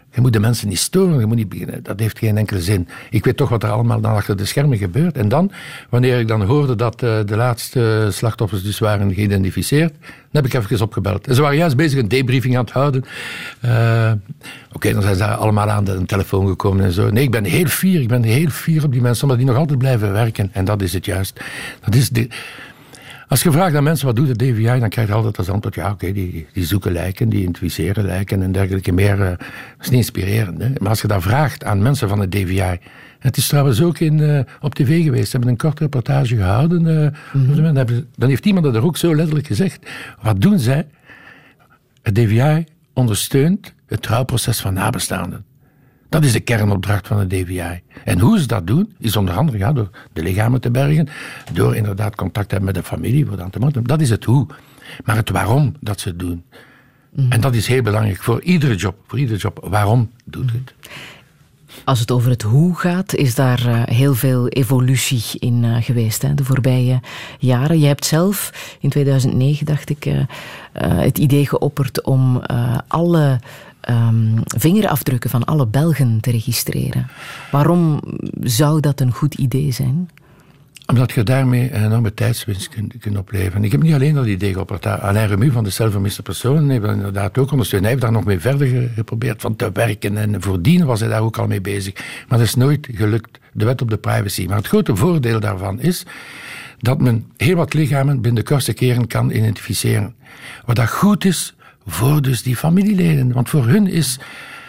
Je moet de mensen niet storen, je moet niet beginnen. Dat heeft geen enkele zin. Ik weet toch wat er allemaal dan achter de schermen gebeurt. En dan, wanneer ik dan hoorde dat de laatste slachtoffers dus waren geïdentificeerd, dan heb ik even opgebeld. En ze waren juist bezig een debriefing aan het houden. Oké, dan zijn ze daar allemaal aan de telefoon gekomen en zo. Nee, ik ben heel fier op die mensen, omdat die nog altijd blijven werken. En dat is het juist. Dat is Als je vraagt aan mensen, wat doet de DVI, dan krijg je altijd als antwoord, ja, oké, die zoeken lijken, die identificeren lijken en dergelijke meer. Dat is niet inspirerend. Hè? Maar als je dat vraagt aan mensen van de DVI, het is trouwens ook op tv geweest, ze hebben een korte reportage gehouden, dan heeft iemand dat er ook zo letterlijk gezegd. Wat doen zij? Het DVI ondersteunt het trouwproces van nabestaanden. Dat is de kernopdracht van de DVI. En hoe ze dat doen, is onder andere door de lichamen te bergen, door inderdaad contact te hebben met de familie, voor dan te maken. Dat is het hoe. Maar het waarom dat ze het doen. En dat is heel belangrijk voor iedere job. Waarom doet het? Als het over het hoe gaat, is daar heel veel evolutie in geweest, hè, de voorbije jaren. Je hebt zelf in 2009, dacht ik, het idee geopperd om alle vingerafdrukken van alle Belgen te registreren. Waarom zou dat een goed idee zijn? Omdat je daarmee een enorme tijdswinst kunt opleveren. Ik heb niet alleen dat idee geopperd. Alain Remu van de Cel voor Vermiste Personen heeft dat inderdaad ook ondersteund. Hij heeft daar nog mee verder geprobeerd van te werken. En voordien was hij daar ook al mee bezig. Maar dat is nooit gelukt. De wet op de privacy. Maar het grote voordeel daarvan is dat men heel wat lichamen binnen de kortste keren kan identificeren. Wat dat goed is voor dus die familieleden. Want voor hun is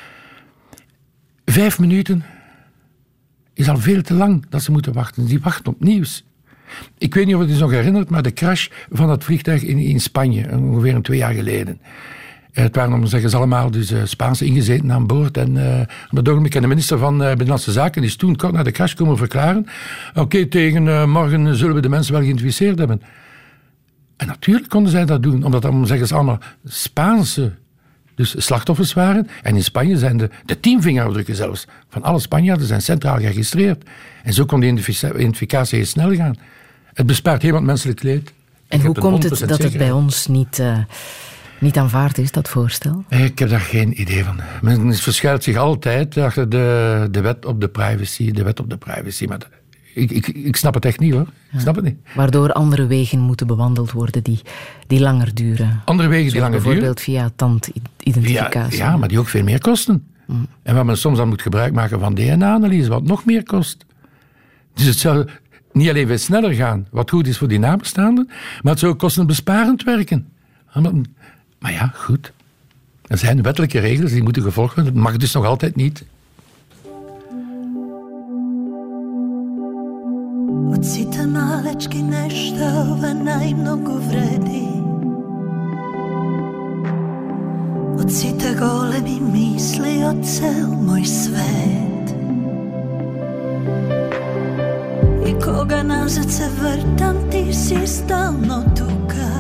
5 minuten is al veel te lang dat ze moeten wachten. Die wachten op nieuws. Ik weet niet of het je nog herinnert, maar de crash van het vliegtuig in Spanje, ongeveer 2 jaar geleden. Het waren, om te zeggen, allemaal dus Spaanse ingezeten aan boord. En op dat ogenblik, de minister van Binnenlandse Zaken is toen kort na de crash komen verklaren. Oké, tegen morgen zullen we de mensen wel geïdentificeerd hebben. En natuurlijk konden zij dat doen, omdat dan zeggen ze allemaal Spaanse dus slachtoffers waren. En in Spanje zijn de 10 vingerafdrukken zelfs van alle Spanjaarden zijn centraal geregistreerd. En zo kon de identificatie heel snel gaan. Het bespaart heel wat menselijk leed. En hoe komt het dat het bij ons niet aanvaard is, dat voorstel? Ik heb daar geen idee van. Men verschuilt zich altijd achter de wet op de privacy. De wet op de privacy, maar ik snap het echt niet, hoor. Ik snap het niet. Waardoor andere wegen moeten bewandeld worden die langer duren. Andere wegen die langer duren? Bijvoorbeeld via tandidentificatie. Ja, maar die ook veel meer kosten. En waar men soms dan moet gebruik maken van DNA-analyse, wat nog meer kost. Dus het zou niet alleen veel sneller gaan, wat goed is voor die nabestaanden, maar het zou ook kostenbesparend werken. Maar ja, goed. Er zijn wettelijke regels, die moeten gevolgd worden. Dat mag dus nog altijd niet. Ocite malečki nešto najmnogo vredi. Ocite golemi misli o cel moj svet. I koga nazad se vrtam, ti si stalno tuka.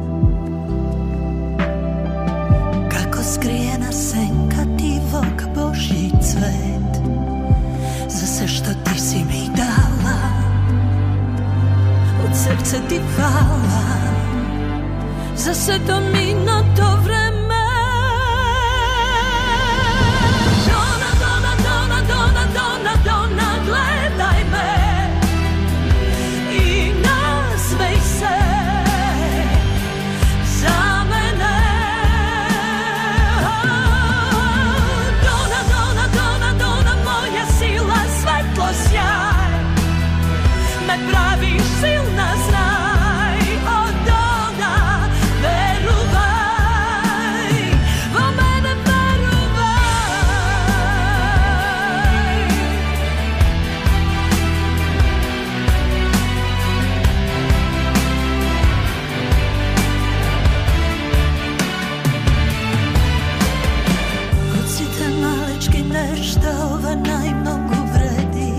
Kako skrijena senka divog Božji cvet. Za sve što ti si mi dala, od srca ti hvala, za sve to minuto vreme. Dona, dona, dona, dona, dona, dona, gledaj me i nasmej se za mene. Dona, dona, dona, dona, moja sila, svetlo, sjaj, me praviš silna, znaj, od Dona, veruvaj, o mene veruvaj. Ocite malečki nešto, ova najmnogo vredi.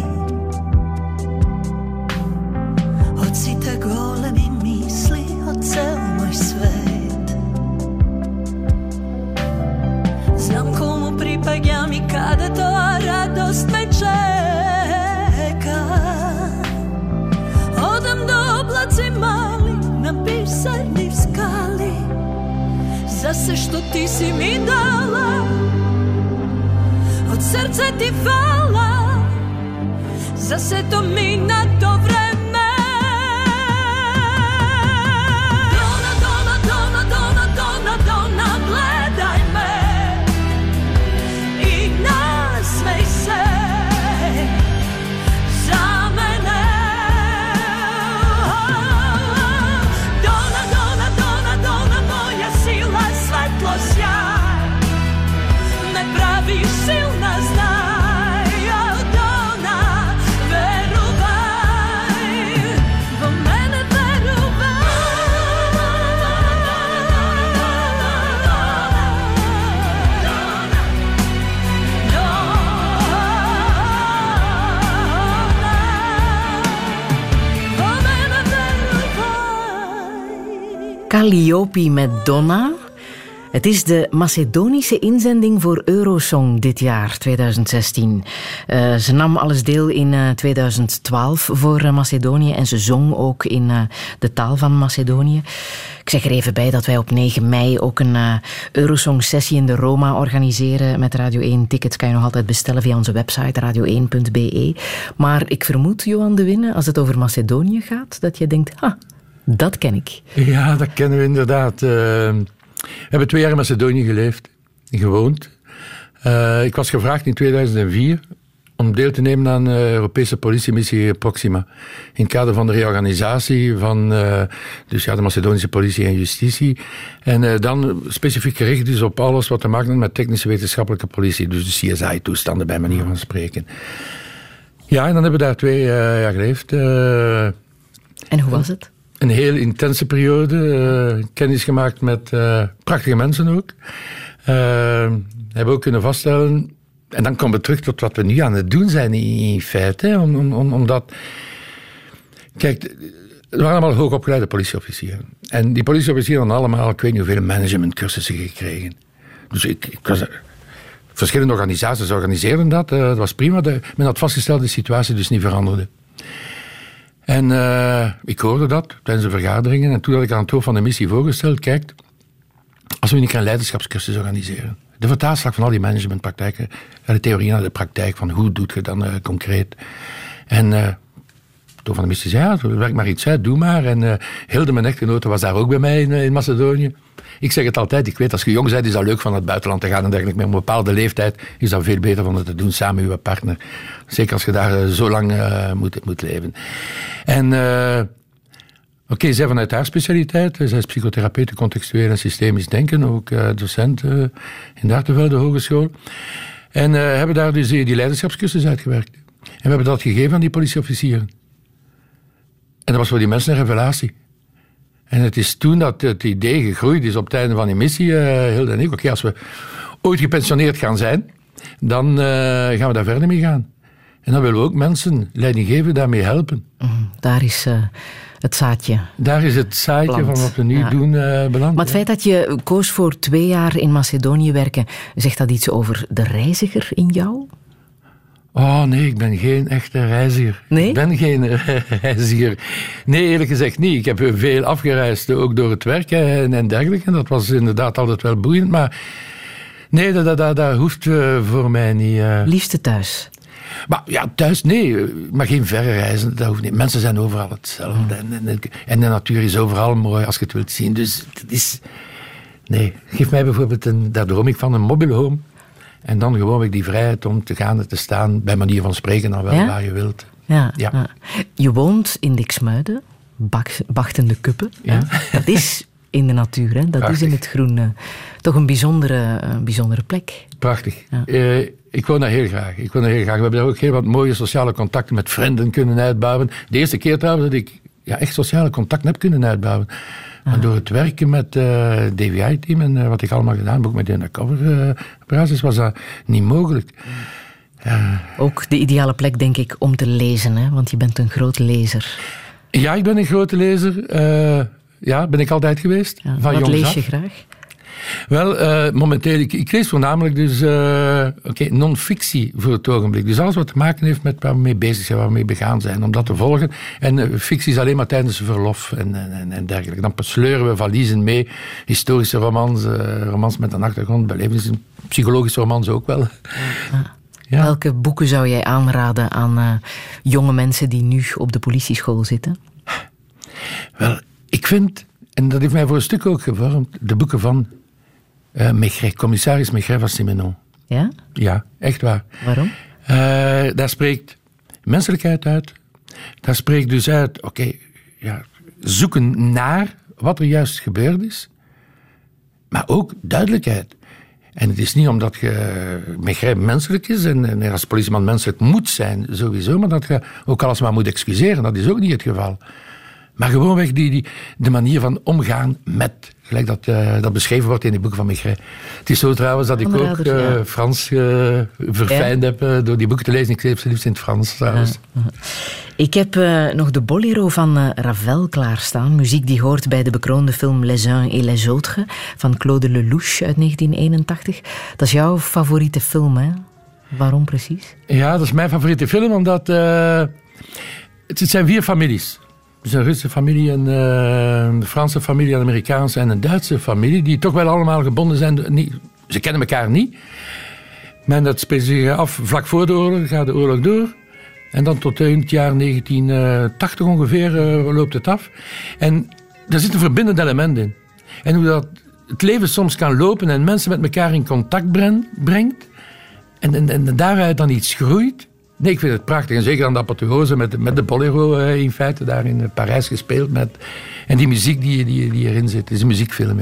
Ocite golemi misli o cel moj svet. Znam komu pripagjam i kada to radost me čeka. Odam do oblaci mali na pisarni skali, za sve što ti si mi dala, od srca ti hvala, za sve to minuto vreme. Dona, dona, dona, dona, dona, gledaj me i nasmej se za mene. Dona, dona, dona, dona, dona, moja sila, svetlo, sjaj, me praviš silna, znaj, od Dona, veruvaj, o mene veruvaj. srdce ti fala, zase to mína do vreme. Dona, dona, dona, dona, dona, dona, gledaj me i nasmej se za mene. Dona, dona, dona, dona, moja sila, svetlo, sjaj, me praviš silna, znaj, Dona, veruvaj, vo mene veruvaj. Vo mene veruvaj. Calliope met Donna. Het is de Macedonische inzending voor Eurosong dit jaar, 2016. Ze nam alles deel in 2012 voor Macedonië en ze zong ook in de taal van Macedonië. Ik zeg er even bij dat wij op 9 mei ook een Eurosong-sessie in de Roma organiseren met Radio 1. Tickets kan je nog altijd bestellen via onze website radio1.be. Maar ik vermoed, Johan de Winne, als het over Macedonië gaat, dat je denkt, dat ken ik. Ja, dat kennen we inderdaad. We hebben 2 jaar in Macedonië geleefd, gewoond. Ik was gevraagd in 2004 om deel te nemen aan de Europese politiemissie Proxima. In het kader van de reorganisatie van de Macedonische politie en justitie. En dan specifiek gericht dus op alles wat te maken heeft met technische wetenschappelijke politie. Dus de CSI-toestanden bij manier van spreken. Ja, en dan hebben we daar 2 jaar geleefd. En hoe was het? Een heel intense periode. Kennis gemaakt met prachtige mensen ook. Hebben ook kunnen vaststellen. En dan komen we terug tot wat we nu aan het doen zijn in feite. Hè, omdat... Kijk, er waren allemaal hoogopgeleide politieofficieren. En die politieofficieren hadden allemaal, ik weet niet hoeveel managementcursussen gekregen. Dus ik was... Verschillende organisaties organiseerden dat. Dat was prima. Men had vastgesteld dat de situatie dus niet veranderde. En ik hoorde dat tijdens de vergaderingen. En toen had ik aan het hoofd van de missie voorgesteld, kijk, als we een keer een leiderschapscursus organiseren. De vertaalslag van al die managementpraktijken, de theorie naar de praktijk, van hoe doe je dan concreet. En het hoofd van de missie zei, ja, werk maar iets uit, doe maar. En Hilde, mijn echtgenote, was daar ook bij mij in Macedonië. Ik zeg het altijd, ik weet, als je jong bent, is dat leuk van het buitenland te gaan en dergelijke. Maar op een bepaalde leeftijd is dat veel beter van het te doen samen met je partner. Zeker als je daar zo lang moet leven. En oké, zij vanuit haar specialiteit, zij is psychotherapeute, contextueel en systemisch denken, ook docent in de Hartenvelde Hogeschool. En hebben daar dus die leiderschapscursus uitgewerkt. En we hebben dat gegeven aan die politieofficieren. En dat was voor die mensen een revelatie. En het is toen dat het idee gegroeid is op het einde van die missie, Hilde en ik. Oké, als we ooit gepensioneerd gaan zijn, dan gaan we daar verder mee gaan. En dan willen we ook mensen leiding geven, daarmee helpen. Daar is het zaadje. Daar is het zaadje van wat we nu doen beland. Maar het feit dat je koos voor 2 jaar in Macedonië werken, zegt dat iets over de reiziger in jou? Oh nee, ik ben geen echte reiziger. Nee? Ik ben geen reiziger. Nee, eerlijk gezegd niet. Ik heb veel afgereisd, ook door het werk en dergelijke. Dat was inderdaad altijd wel boeiend, maar nee, dat hoeft voor mij niet. Liefste thuis? Maar ja, thuis nee, maar geen verre reizen, dat hoeft niet. Mensen zijn overal hetzelfde. En de natuur is overal mooi als je het wilt zien. Dus het is... Nee, geef mij bijvoorbeeld daar droom ik van, een mobile home. En dan gewoon die vrijheid om te gaan en te staan, bij manier van spreken dan wel, waar je wilt. Ja. Je woont in Diksmuiden, Bachtende Kuppen. Ja. Dat is in de natuur, hè? Dat Prachtig. is in het groen. Toch een bijzondere plek. Prachtig. Ja. Ik woon daar heel graag. We hebben daar ook heel wat mooie sociale contacten met vrienden kunnen uitbouwen. De eerste keer trouwens dat ik echt sociale contacten heb kunnen uitbouwen. Maar door het werken met het DVI-team en wat ik allemaal gedaan heb, ook met de undercover-operaties, was dat niet mogelijk. Ook de ideale plek, denk ik, om te lezen, hè? Want je bent een groot lezer. Ja, ik ben een grote lezer. Ben ik altijd geweest. Ja. Van Wat jongs lees af. je graag? Wel, momenteel, ik lees voornamelijk dus non-fictie voor het ogenblik. Dus alles wat te maken heeft met waar we mee bezig zijn, waar we mee begaan zijn, om dat te volgen. En fictie is alleen maar tijdens verlof en dergelijke. Dan sleuren we valiezen mee, historische romans met een achtergrond, belevens, psychologische romans ook wel. Ja. Welke boeken zou jij aanraden aan jonge mensen die nu op de politieschool zitten? Wel, ik vind, en dat heeft mij voor een stuk ook gevormd, de boeken van Maigret, commissaris Maigret van Simenon. Ja? Ja, echt waar. Waarom? Daar spreekt menselijkheid uit. Daar spreekt dus uit, zoeken naar wat er juist gebeurd is. Maar ook duidelijkheid. En het is niet omdat je Maigret menselijk is en als politieman menselijk moet zijn, sowieso, maar dat je ook alles maar moet excuseren. Dat is ook niet het geval. Maar gewoonweg de manier van omgaan met, gelijk dat beschreven wordt in die boeken van Maigret. Het is zo trouwens dat ik ook Frans verfijnd heb door die boeken te lezen. Ik schreef ze liefst in het Frans trouwens. Ik heb nog de bolero van Ravel klaarstaan. Muziek die hoort bij de bekroonde film Les Uns et les Autres van Claude Lelouch uit 1981. Dat is jouw favoriete film, hè? Waarom precies? Ja, dat is mijn favoriete film, omdat het zijn 4 families. Dus een Russische familie, een Franse familie, een Amerikaanse en een Duitse familie, die toch wel allemaal gebonden zijn. Ze kennen elkaar niet. Maar dat speelt zich af vlak voor de oorlog, gaat de oorlog door. En dan tot het jaar 1980 ongeveer loopt het af. En daar zit een verbindend element in. En hoe dat het leven soms kan lopen en mensen met elkaar in contact brengt. En daaruit dan iets groeit. Nee, ik vind het prachtig. En zeker aan de apotheose met de bolero in feite daar in Parijs gespeeld. En die muziek die erin zit. Het is een muziekfilm, ja.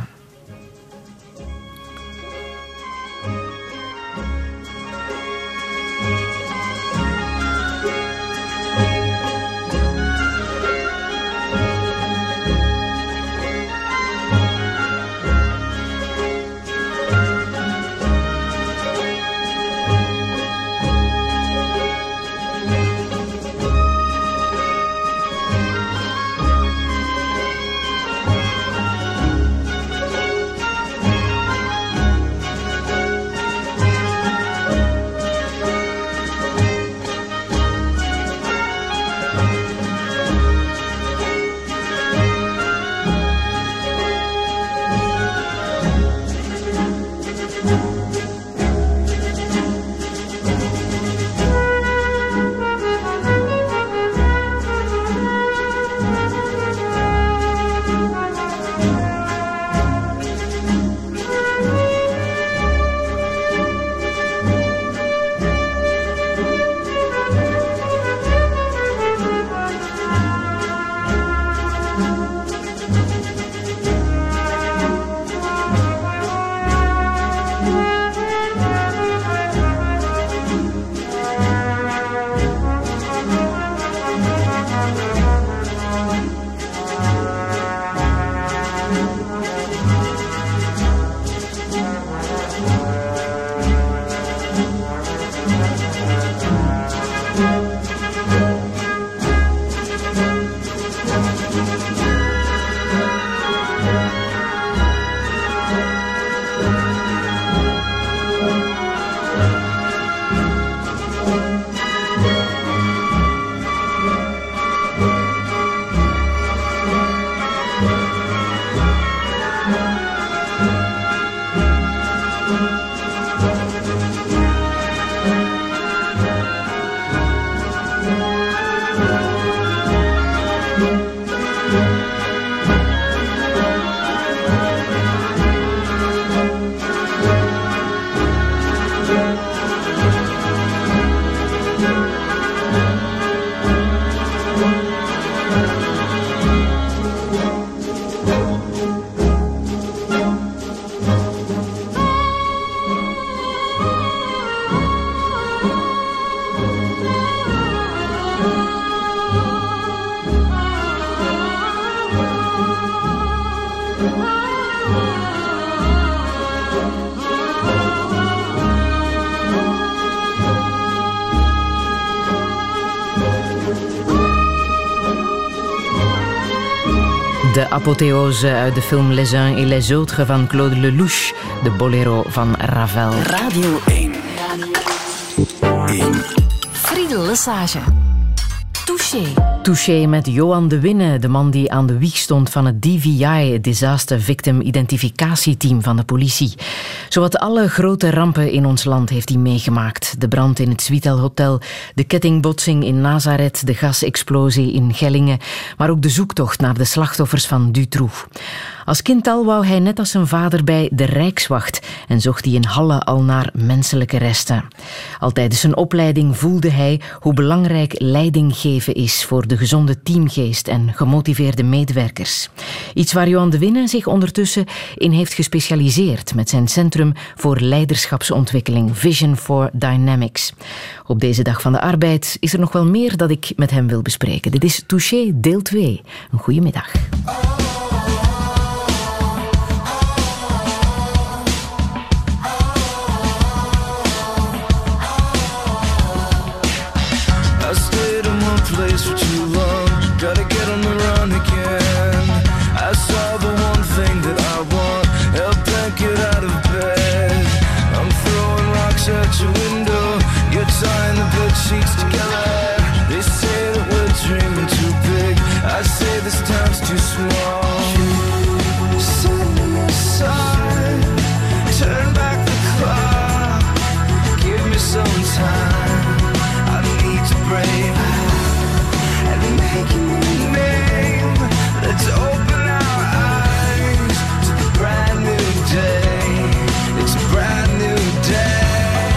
De apotheose uit de film Les Uns et les Autres van Claude Lelouch, de bolero van Ravel. Radio 1. Friedel Lesage. Touché. Touché met Johan de Winne, de man die aan de wieg stond van het DVI, het Disaster Victim Identificatieteam van de politie. Zowat alle grote rampen in ons land heeft hij meegemaakt. De brand in het Switel Hotel, de kettingbotsing in Nazareth, de gasexplosie in Gellingen, maar ook de zoektocht naar de slachtoffers van Dutroux. Als kind al wou hij net als zijn vader bij de Rijkswacht en zocht hij in Halle al naar menselijke resten. Al tijdens zijn opleiding voelde hij hoe belangrijk leiding geven is voor de gezonde teamgeest en gemotiveerde medewerkers. Iets waar Johan de Winne zich ondertussen in heeft gespecialiseerd met zijn Centrum voor Leiderschapsontwikkeling, Vision for Dynamics. Op deze Dag van de Arbeid is er nog wel meer dat ik met hem wil bespreken. Dit is Touché deel 2. Een goede middag. Place for too long, gotta get on the run again. I saw the one thing that I want, help that get out of bed. I'm throwing rocks at your window, you're tying the bed sheets together. They say that we're dreaming too big, I say this town's too small. Set me aside, turn back the clock, give me some time, I need to break. Making a name, let's open our eyes to the brand new day. It's a brand new day.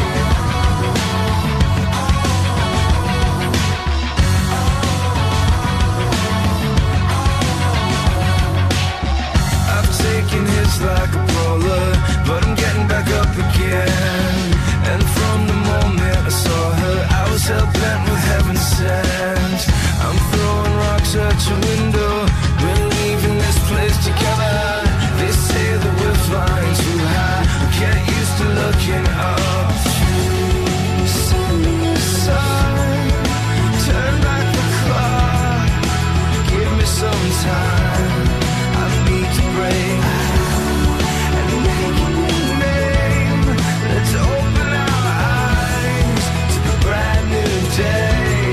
I've taken hits like a brawler, but I'm getting back up again. And from the moment I saw her, I was hell-bent with heaven sent. I'm throwing rocks at your window, we're leaving this place together. They say that we're flying too high, we get used to looking up. Set me aside, turn back the clock, give me some time, I need to break. And make a new name, let's open our eyes to the brand new day.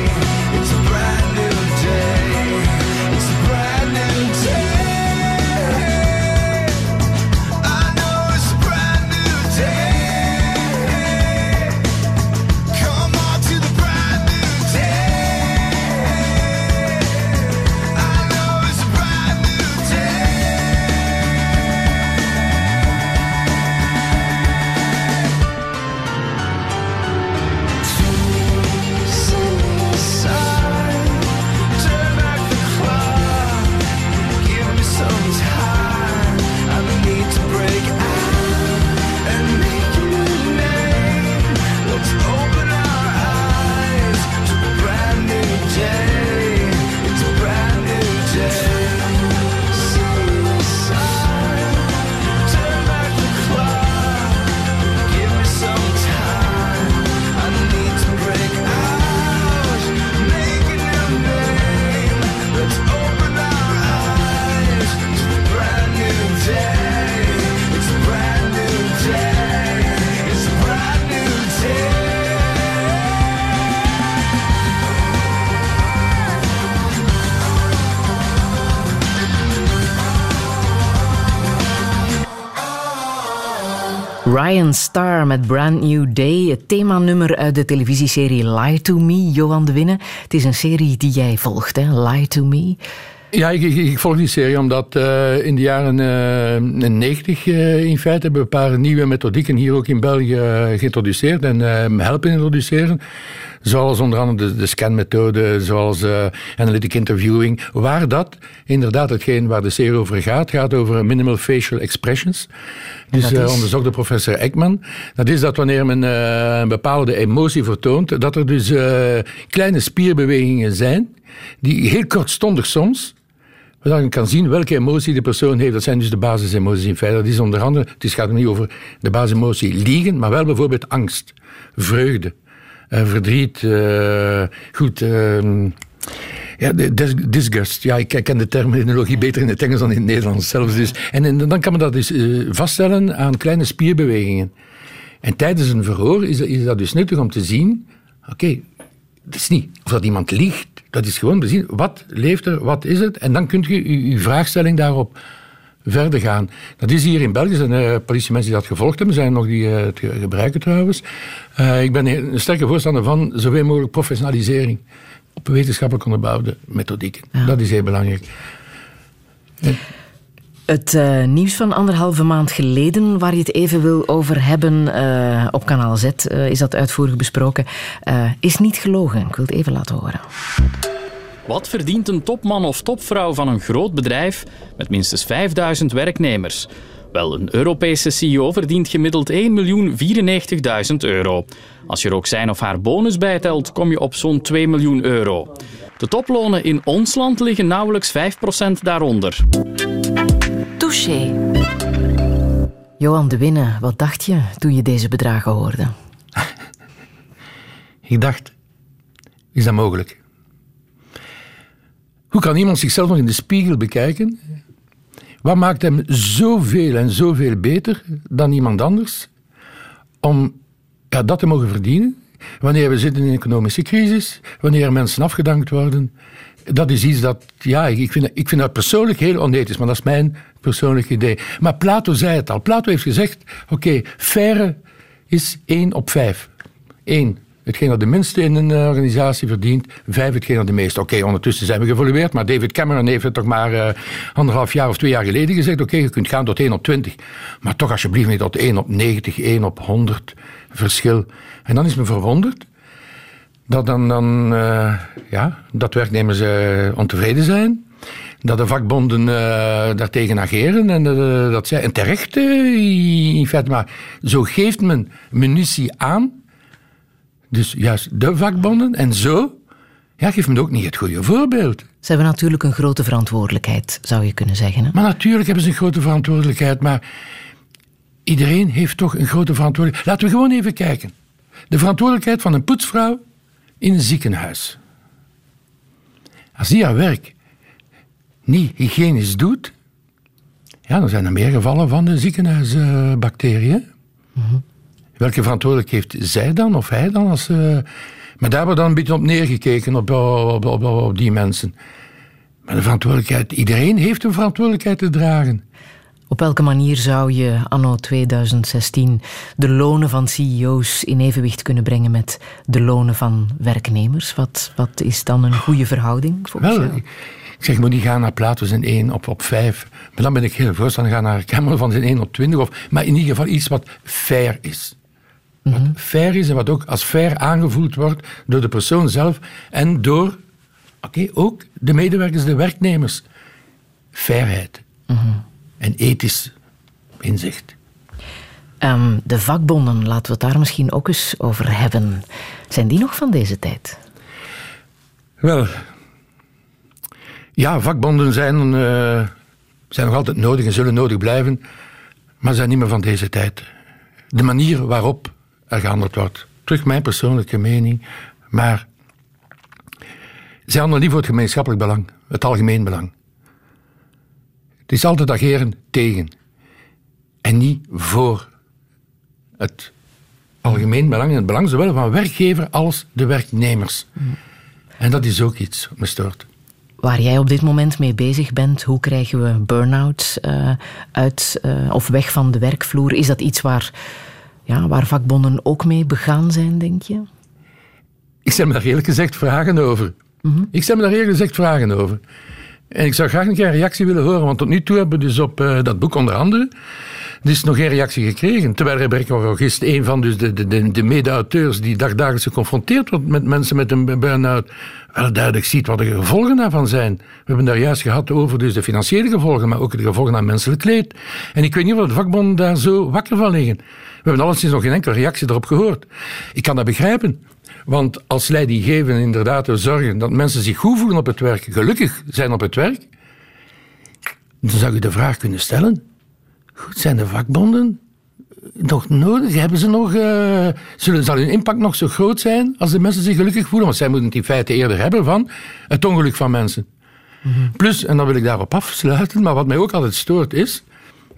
Ryan Starr met Brand New Day, het themanummer uit de televisieserie Lie to Me, Johan de Winne. Het is een serie die jij volgt, hè? Lie to Me. Ja, ik volg die serie omdat in de jaren 90 in feite hebben we een paar nieuwe methodieken hier ook in België geïntroduceerd en helpen introduceren. Zoals onder andere de scanmethode, zoals analytic interviewing, waar dat inderdaad hetgeen waar de serie over gaat over minimal facial expressions. Dus onderzocht professor Ekman. Dat is dat wanneer men een bepaalde emotie vertoont, dat er dus kleine spierbewegingen zijn, die heel kortstondig soms, waar je kan zien welke emotie de persoon heeft. Dat zijn dus de basisemoties in feite. Dat is onder andere, het gaat niet over de basisemotie liegen, maar wel bijvoorbeeld angst, vreugde, verdriet, ja, disgust. Ja, ik ken de terminologie beter in het Engels dan in het Nederlands zelfs. Dus. En dan kan men dat dus vaststellen aan kleine spierbewegingen. En tijdens een verhoor is dat dus nuttig om te zien, oké, Dat is niet of dat iemand liegt. Dat is gewoon bezien. Wat leeft er? Wat is het? En dan kun je je vraagstelling daarop verder gaan. Dat is hier in België. Er zijn politiemensen die dat gevolgd hebben. Er zijn nog die het gebruiken trouwens. Ik ben een sterke voorstander van zoveel mogelijk professionalisering op wetenschappelijk onderbouwde methodieken. Ja. Dat is heel belangrijk. Het nieuws van 1,5 maand geleden, waar je het even wil over hebben, op Kanaal Z is dat uitvoerig besproken, is niet gelogen. Ik wil het even laten horen. Wat verdient een topman of topvrouw van een groot bedrijf met minstens 5000 werknemers? Wel, een Europese CEO verdient gemiddeld 1.094.000 euro. Als je er ook zijn of haar bonus bijtelt, kom je op zo'n 2 miljoen euro. De toplonen in ons land liggen nauwelijks 5% daaronder. Touché. Johan de Winne, wat dacht je toen je deze bedragen hoorde? Ik dacht, is dat mogelijk? Hoe kan iemand zichzelf nog in de spiegel bekijken? Wat maakt hem zoveel en zoveel beter dan iemand anders om dat te mogen verdienen? Wanneer we zitten in een economische crisis, wanneer mensen afgedankt worden. Dat is iets dat, ik vind dat persoonlijk heel onethisch, maar dat is mijn persoonlijk idee. Maar Plato zei het al. Plato heeft gezegd, faire is 1 op 5. 1. Hetgeen dat de minste in een organisatie verdient. 5, hetgeen dat de meeste. Ondertussen zijn we geëvolueerd, maar David Cameron heeft het toch maar 1,5 jaar of 2 jaar geleden gezegd. Je kunt gaan tot 1 op 20. Maar toch alsjeblieft niet tot 1 op 90, 1 op 100 verschil. En dan is me verwonderd dat dat werknemers ontevreden zijn. Dat de vakbonden daartegen ageren. En terecht in feite. Maar zo geeft men munitie aan. Dus juist de vakbonden. En zo geeft men ook niet het goede voorbeeld. Ze hebben natuurlijk een grote verantwoordelijkheid, zou je kunnen zeggen. Hè? Maar natuurlijk hebben ze een grote verantwoordelijkheid. Maar iedereen heeft toch een grote verantwoordelijkheid. Laten we gewoon even kijken. De verantwoordelijkheid van een poetsvrouw in een ziekenhuis. Als die haar werk niet hygiënisch doet, dan zijn er meer gevallen van de ziekenhuisbacteriën. Mm-hmm. Welke verantwoordelijkheid heeft zij dan, of hij dan? Maar daar wordt dan een beetje op neergekeken, op die mensen. Maar de verantwoordelijkheid, iedereen heeft een verantwoordelijkheid te dragen. Op welke manier zou je anno 2016 de lonen van CEO's in evenwicht kunnen brengen met de lonen van werknemers? Wat is dan een goede verhouding volgens jou? Ik zeg, moet niet gaan naar Plato zijn 1 op 5. Maar dan ben ik heel voorstander gaan naar Cameron van zijn 1 op 20. Maar in ieder geval iets wat fair is. Wat fair is en wat ook als fair aangevoeld wordt door de persoon zelf en door ook de medewerkers, de werknemers. Fairheid. En ethisch inzicht. De vakbonden, laten we het daar misschien ook eens over hebben. Zijn die nog van deze tijd? Wel, vakbonden zijn nog altijd nodig en zullen nodig blijven, maar zijn niet meer van deze tijd. De manier waarop er gehandeld wordt. Terug mijn persoonlijke mening, maar zij handelen niet voor het gemeenschappelijk belang, het algemeen belang. Het is altijd ageren tegen en niet voor het algemeen belang en het belang zowel van werkgever als de werknemers. En dat is ook iets wat me stoort. Waar jij op dit moment mee bezig bent, hoe krijgen we burn-outs uit of weg van de werkvloer? Is dat iets waar vakbonden ook mee begaan zijn, denk je? Ik stel me daar eerlijk gezegd vragen over. En ik zou graag een keer een reactie willen horen, want tot nu toe hebben we dus op dat boek onder andere dus nog geen reactie gekregen. Terwijl Rebecca Rogist, een van dus de mede-auteurs die dagelijks geconfronteerd wordt met mensen met een burn-out, wel duidelijk ziet wat de gevolgen daarvan zijn. We hebben daar juist gehad over dus de financiële gevolgen, maar ook de gevolgen aan menselijk leed. En ik weet niet of de vakbonden daar zo wakker van liggen. We hebben alleszins nog geen enkele reactie erop gehoord. Ik kan dat begrijpen. Want als leidinggevenden inderdaad zorgen dat mensen zich goed voelen op het werk, gelukkig zijn op het werk, dan zou je de vraag kunnen stellen, goed, zijn de vakbonden nog nodig? Hebben ze nog, zal hun impact nog zo groot zijn als de mensen zich gelukkig voelen? Want zij moeten het in feite eerder hebben van het ongeluk van mensen. Plus, en dan wil ik daarop afsluiten, maar wat mij ook altijd stoort is,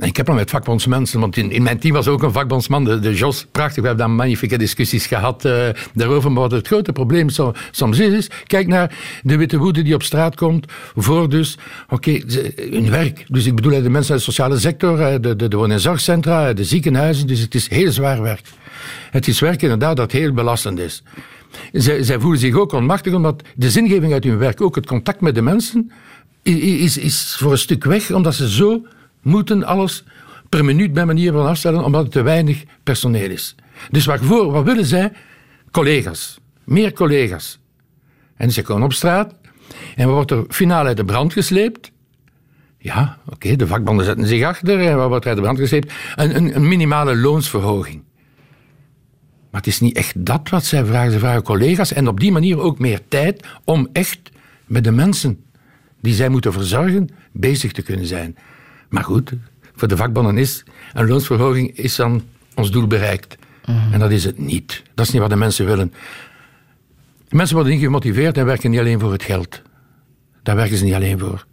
En ik heb nog met vakbondsmensen, want in mijn team was ook een vakbondsman, de Jos, prachtig, we hebben dan magnifieke discussies gehad daarover, maar wat het grote probleem soms is, kijk naar de witte woede die op straat komt voor dus, hun werk. Dus ik bedoel de mensen uit de sociale sector, de woon- en zorgcentra, de ziekenhuizen, dus het is heel zwaar werk. Het is werk inderdaad dat heel belastend is. Zij voelen zich ook onmachtig, omdat de zingeving uit hun werk, ook het contact met de mensen, is voor een stuk weg, omdat ze zo moeten alles per minuut bij manier van afstellen, omdat het te weinig personeel is. Dus wat willen zij? Collega's. Meer collega's. En ze komen op straat en wat wordt er finaal uit de brand gesleept? Ja, de vakbonden zetten zich achter en wat wordt er uit de brand gesleept? Een minimale loonsverhoging. Maar het is niet echt dat wat zij vragen. Ze vragen collega's en op die manier ook meer tijd om echt met de mensen die zij moeten verzorgen bezig te kunnen zijn. Maar goed, voor de vakbonden is een loonsverhoging is dan ons doel bereikt. En dat is het niet. Dat is niet wat de mensen willen. De mensen worden niet gemotiveerd en werken niet alleen voor het geld. Daar werken ze niet alleen voor.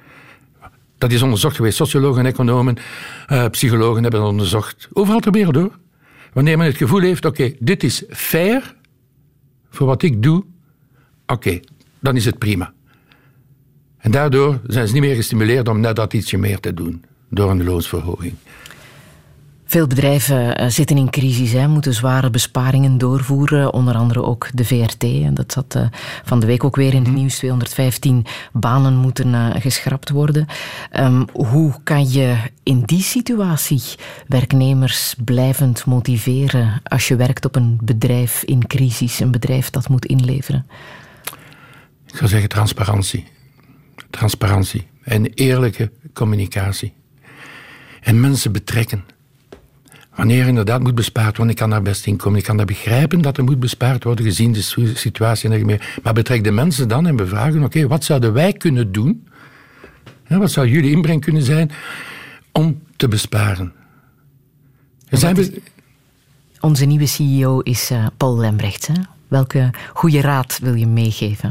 Dat is onderzocht geweest. Sociologen, economen, psychologen hebben dat onderzocht. Overal ter wereld hoor. Wanneer men het gevoel heeft, dit is fair voor wat ik doe, dan is het prima. En daardoor zijn ze niet meer gestimuleerd om net dat ietsje meer te doen, door een loonsverhoging. Veel bedrijven zitten in crisis, moeten zware besparingen doorvoeren. Onder andere ook de VRT. En dat zat van de week ook weer in het nieuws. 215 banen moeten geschrapt worden. Hoe kan je in die situatie werknemers blijvend motiveren als je werkt op een bedrijf in crisis, een bedrijf dat moet inleveren? Ik zou zeggen transparantie. Transparantie en eerlijke communicatie. En mensen betrekken. Wanneer inderdaad moet bespaard worden, ik kan daar best in komen. Ik kan dat begrijpen dat er moet bespaard worden gezien de situatie en meer. Maar betrek de mensen dan en bevragen, wat zouden wij kunnen doen? Wat zou jullie inbreng kunnen zijn om te besparen? Onze nieuwe CEO is Paul Lembrechts. Hè? Welke goede raad wil je meegeven?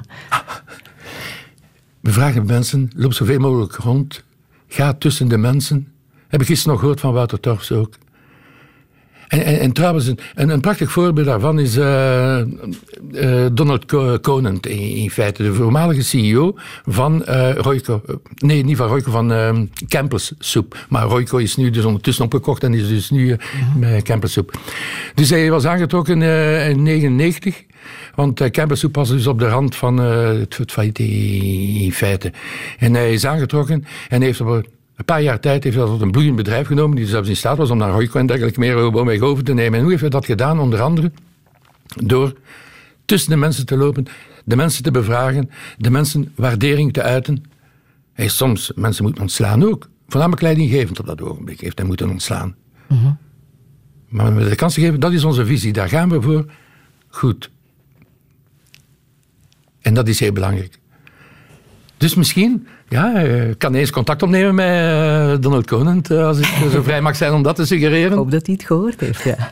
We vragen mensen, loop zoveel mogelijk rond. Ga tussen de mensen. Heb ik gisteren nog gehoord van Wouter Torfs ook. En trouwens, een prachtig voorbeeld daarvan is Donald Conant, in feite de voormalige CEO van Royco. Nee, niet van Royco, van Campbell's Soep. Maar Royco is nu dus ondertussen opgekocht en is dus nu bij Campbell's Soep. Dus hij was aangetrokken in 1999. Want Campbell's Soep was dus op de rand van het failliet in feite. En hij is aangetrokken en heeft op een paar jaar tijd heeft hij dat tot een bloeiend bedrijf genomen, die zelfs in staat was om naar Royco en dergelijke meer over te nemen. En hoe heeft hij dat gedaan? Onder andere door tussen de mensen te lopen, de mensen te bevragen, de mensen waardering te uiten. Hij heeft soms mensen moeten ontslaan ook. Voornamelijk leidinggevend op dat ogenblik heeft hij moeten ontslaan. Mm-hmm. Maar met de kans te geven, dat is onze visie. Daar gaan we voor. Goed. En dat is heel belangrijk. Dus misschien kan hij eens contact opnemen met Donald Conant, als ik zo vrij mag zijn om dat te suggereren. Ik hoop dat hij het gehoord heeft, ja.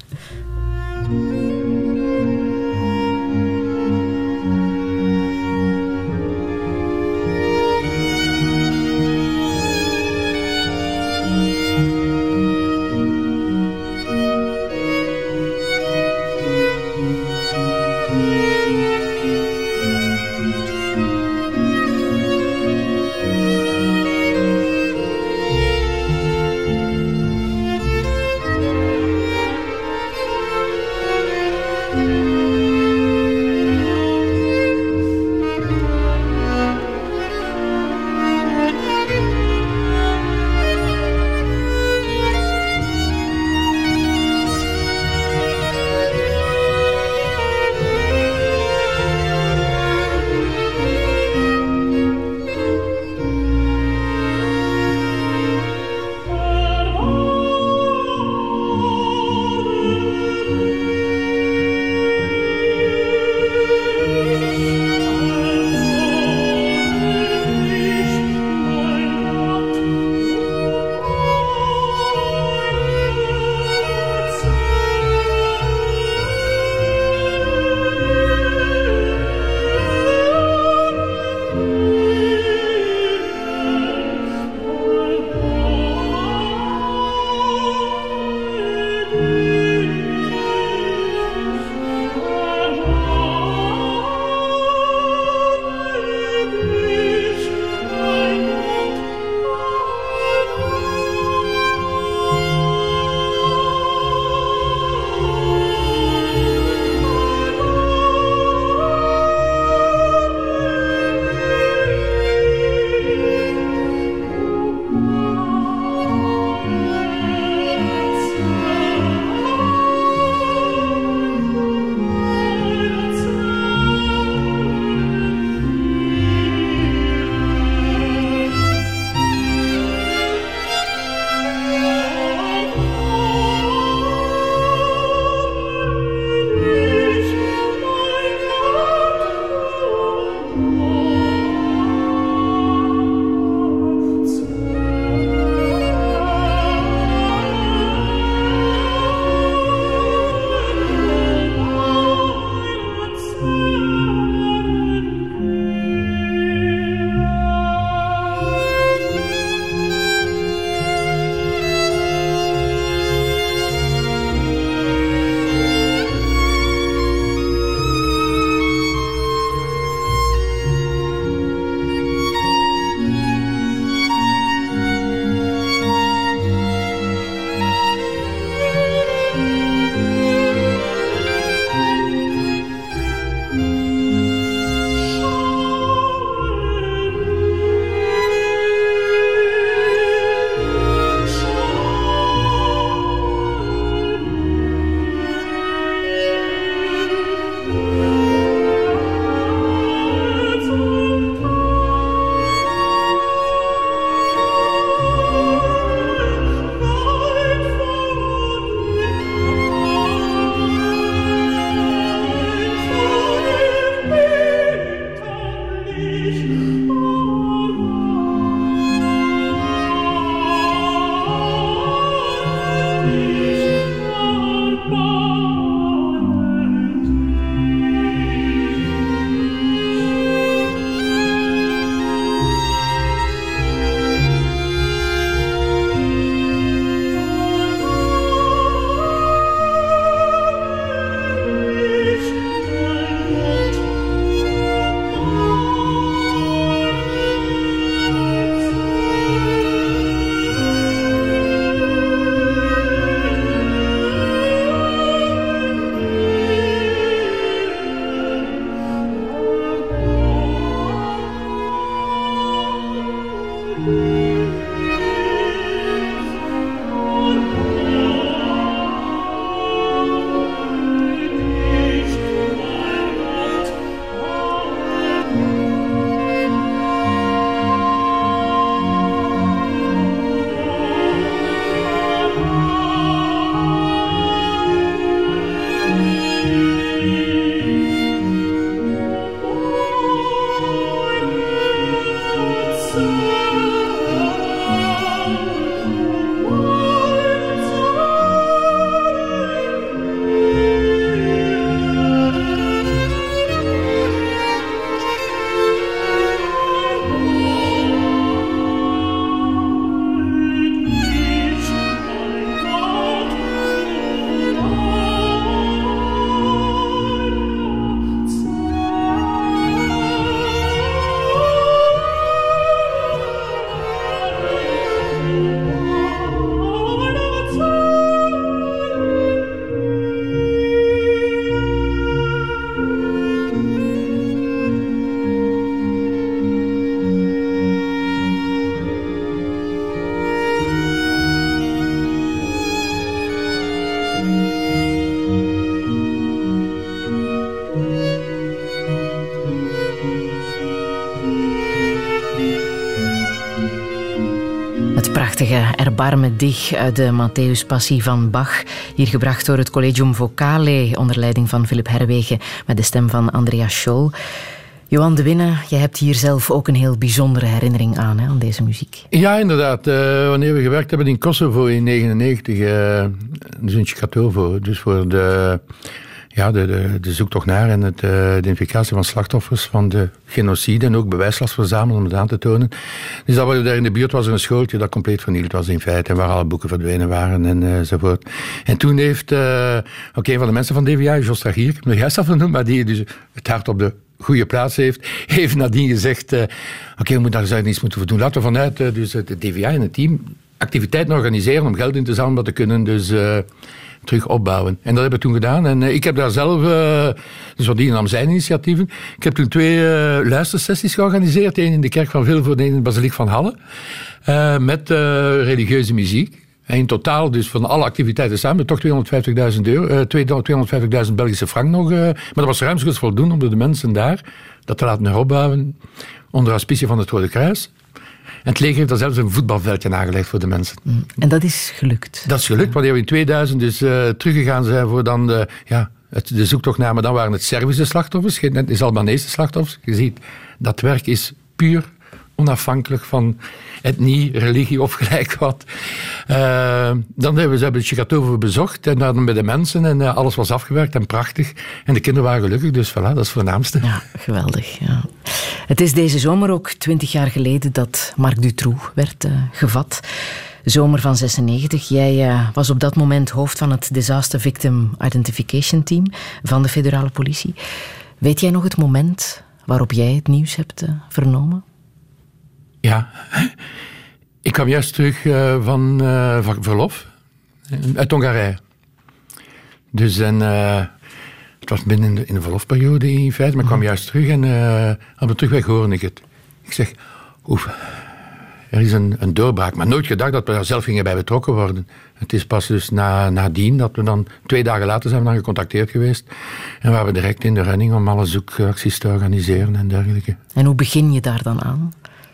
Prachtige Erbarme dich uit de Matthäus-passie van Bach. Hier gebracht door het Collegium Vocale onder leiding van Philip Herwegen met de stem van Andreas Scholl. Johan de Winne, jij hebt hier zelf ook een heel bijzondere herinnering aan, hè, aan deze muziek. Ja, inderdaad. Wanneer we gewerkt hebben in Kosovo in 1999, dus in Chikatovo, dus voor de zoektocht naar en de identificatie van slachtoffers van de genocide en ook bewijslast verzamelen om het aan te tonen. Dus dat daar in de buurt was er een schooltje dat compleet vernield was in feite en waar alle boeken verdwenen waren enzovoort. En toen heeft ook een van de mensen van DVA, Jos Tragier, ik heb hem juist al vernoemd, maar die dus het hart op de goede plaats heeft nadien gezegd, we moeten daar iets moeten doen. Laten we vanuit dus het DVA en het team activiteiten organiseren om geld in te zamelen, dat te kunnen dus terug opbouwen. En dat hebben we toen gedaan. En ik heb daar zelf, dus wat die nam zijn initiatieven, ik heb toen 2 luistersessies georganiseerd. Één in de kerk van Vilvoorde, één in de basiliek van Halle. Met religieuze muziek. En in totaal, dus van alle activiteiten samen, toch 250.000 Belgische frank nog. Maar dat was ruimschoots voldoende om de mensen daar dat te laten heropbouwen onder auspicie van het Rode Kruis. En het leger heeft daar zelfs een voetbalveldje aangelegd voor de mensen. En dat is gelukt? Dat is gelukt, wanneer we in 2000 dus teruggegaan zijn voor dan de zoektocht naar, maar dan waren het Servische slachtoffers, het is Albanese slachtoffers. Je ziet, dat werk is puur onafhankelijk van etnie, religie of gelijk wat. Dan hebben we Chikatovo bezocht en dan met de mensen en alles was afgewerkt en prachtig. En de kinderen waren gelukkig, dus voilà, dat is het voornaamste. Ja, geweldig. Ja. Het is deze zomer ook 20 jaar geleden dat Marc Dutroux werd gevat. Zomer van 96. Jij was op dat moment hoofd van het Disaster Victim Identification Team van de federale politie. Weet jij nog het moment waarop jij het nieuws hebt vernomen? Ja, ik kwam juist terug van verlof uit Hongarije. Dus het was binnen in de verlofperiode in feite, maar ik kwam juist terug en op de terugweg hoorde ik het. Ik zeg, er is een doorbraak, maar nooit gedacht dat we daar zelf gingen bij betrokken worden. Het is pas dus nadien dat we dan 2 dagen later zijn we dan gecontacteerd geweest en waren we direct in de running om alle zoekacties te organiseren en dergelijke. En hoe begin je daar dan aan?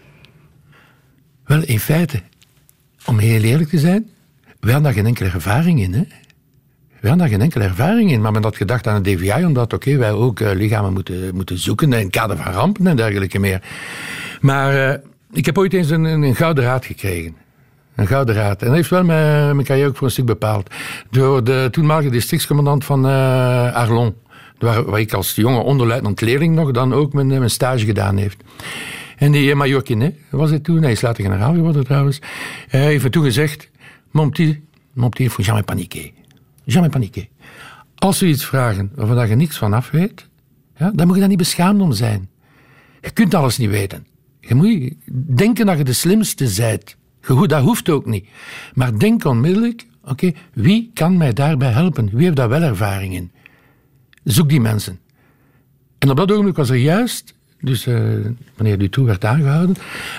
Wel, in feite, om heel eerlijk te zijn, we hadden daar geen enkele ervaring in. Hè? We hadden daar geen enkele ervaring in, maar men had gedacht aan het DVI, omdat wij ook lichamen moeten zoeken in het kader van rampen en dergelijke meer. Maar ik heb ooit eens een gouden raad gekregen. Een gouden raad. En dat heeft wel mijn carrière ook voor een stuk bepaald. Door de toenmalige districtscommandant van Arlon, waar ik als jonge onderluitenant-leerling nog dan ook mijn stage gedaan heeft. En die major Quinet was het toen, hij is later generaal geworden trouwens. Hij heeft me toen gezegd, mon petit, il faut jamais paniquer. Jamais paniquer. Als we iets vragen waarvan je niks van af weet, ja, dan moet je daar niet beschaamd om zijn. Je kunt alles niet weten. Je moet denken dat je de slimste bent. Dat hoeft ook niet. Maar denk onmiddellijk, wie kan mij daarbij helpen? Wie heeft daar wel ervaring in? Zoek die mensen. En op dat ogenblik was er juist, dus wanneer Dutroux werd aangehouden,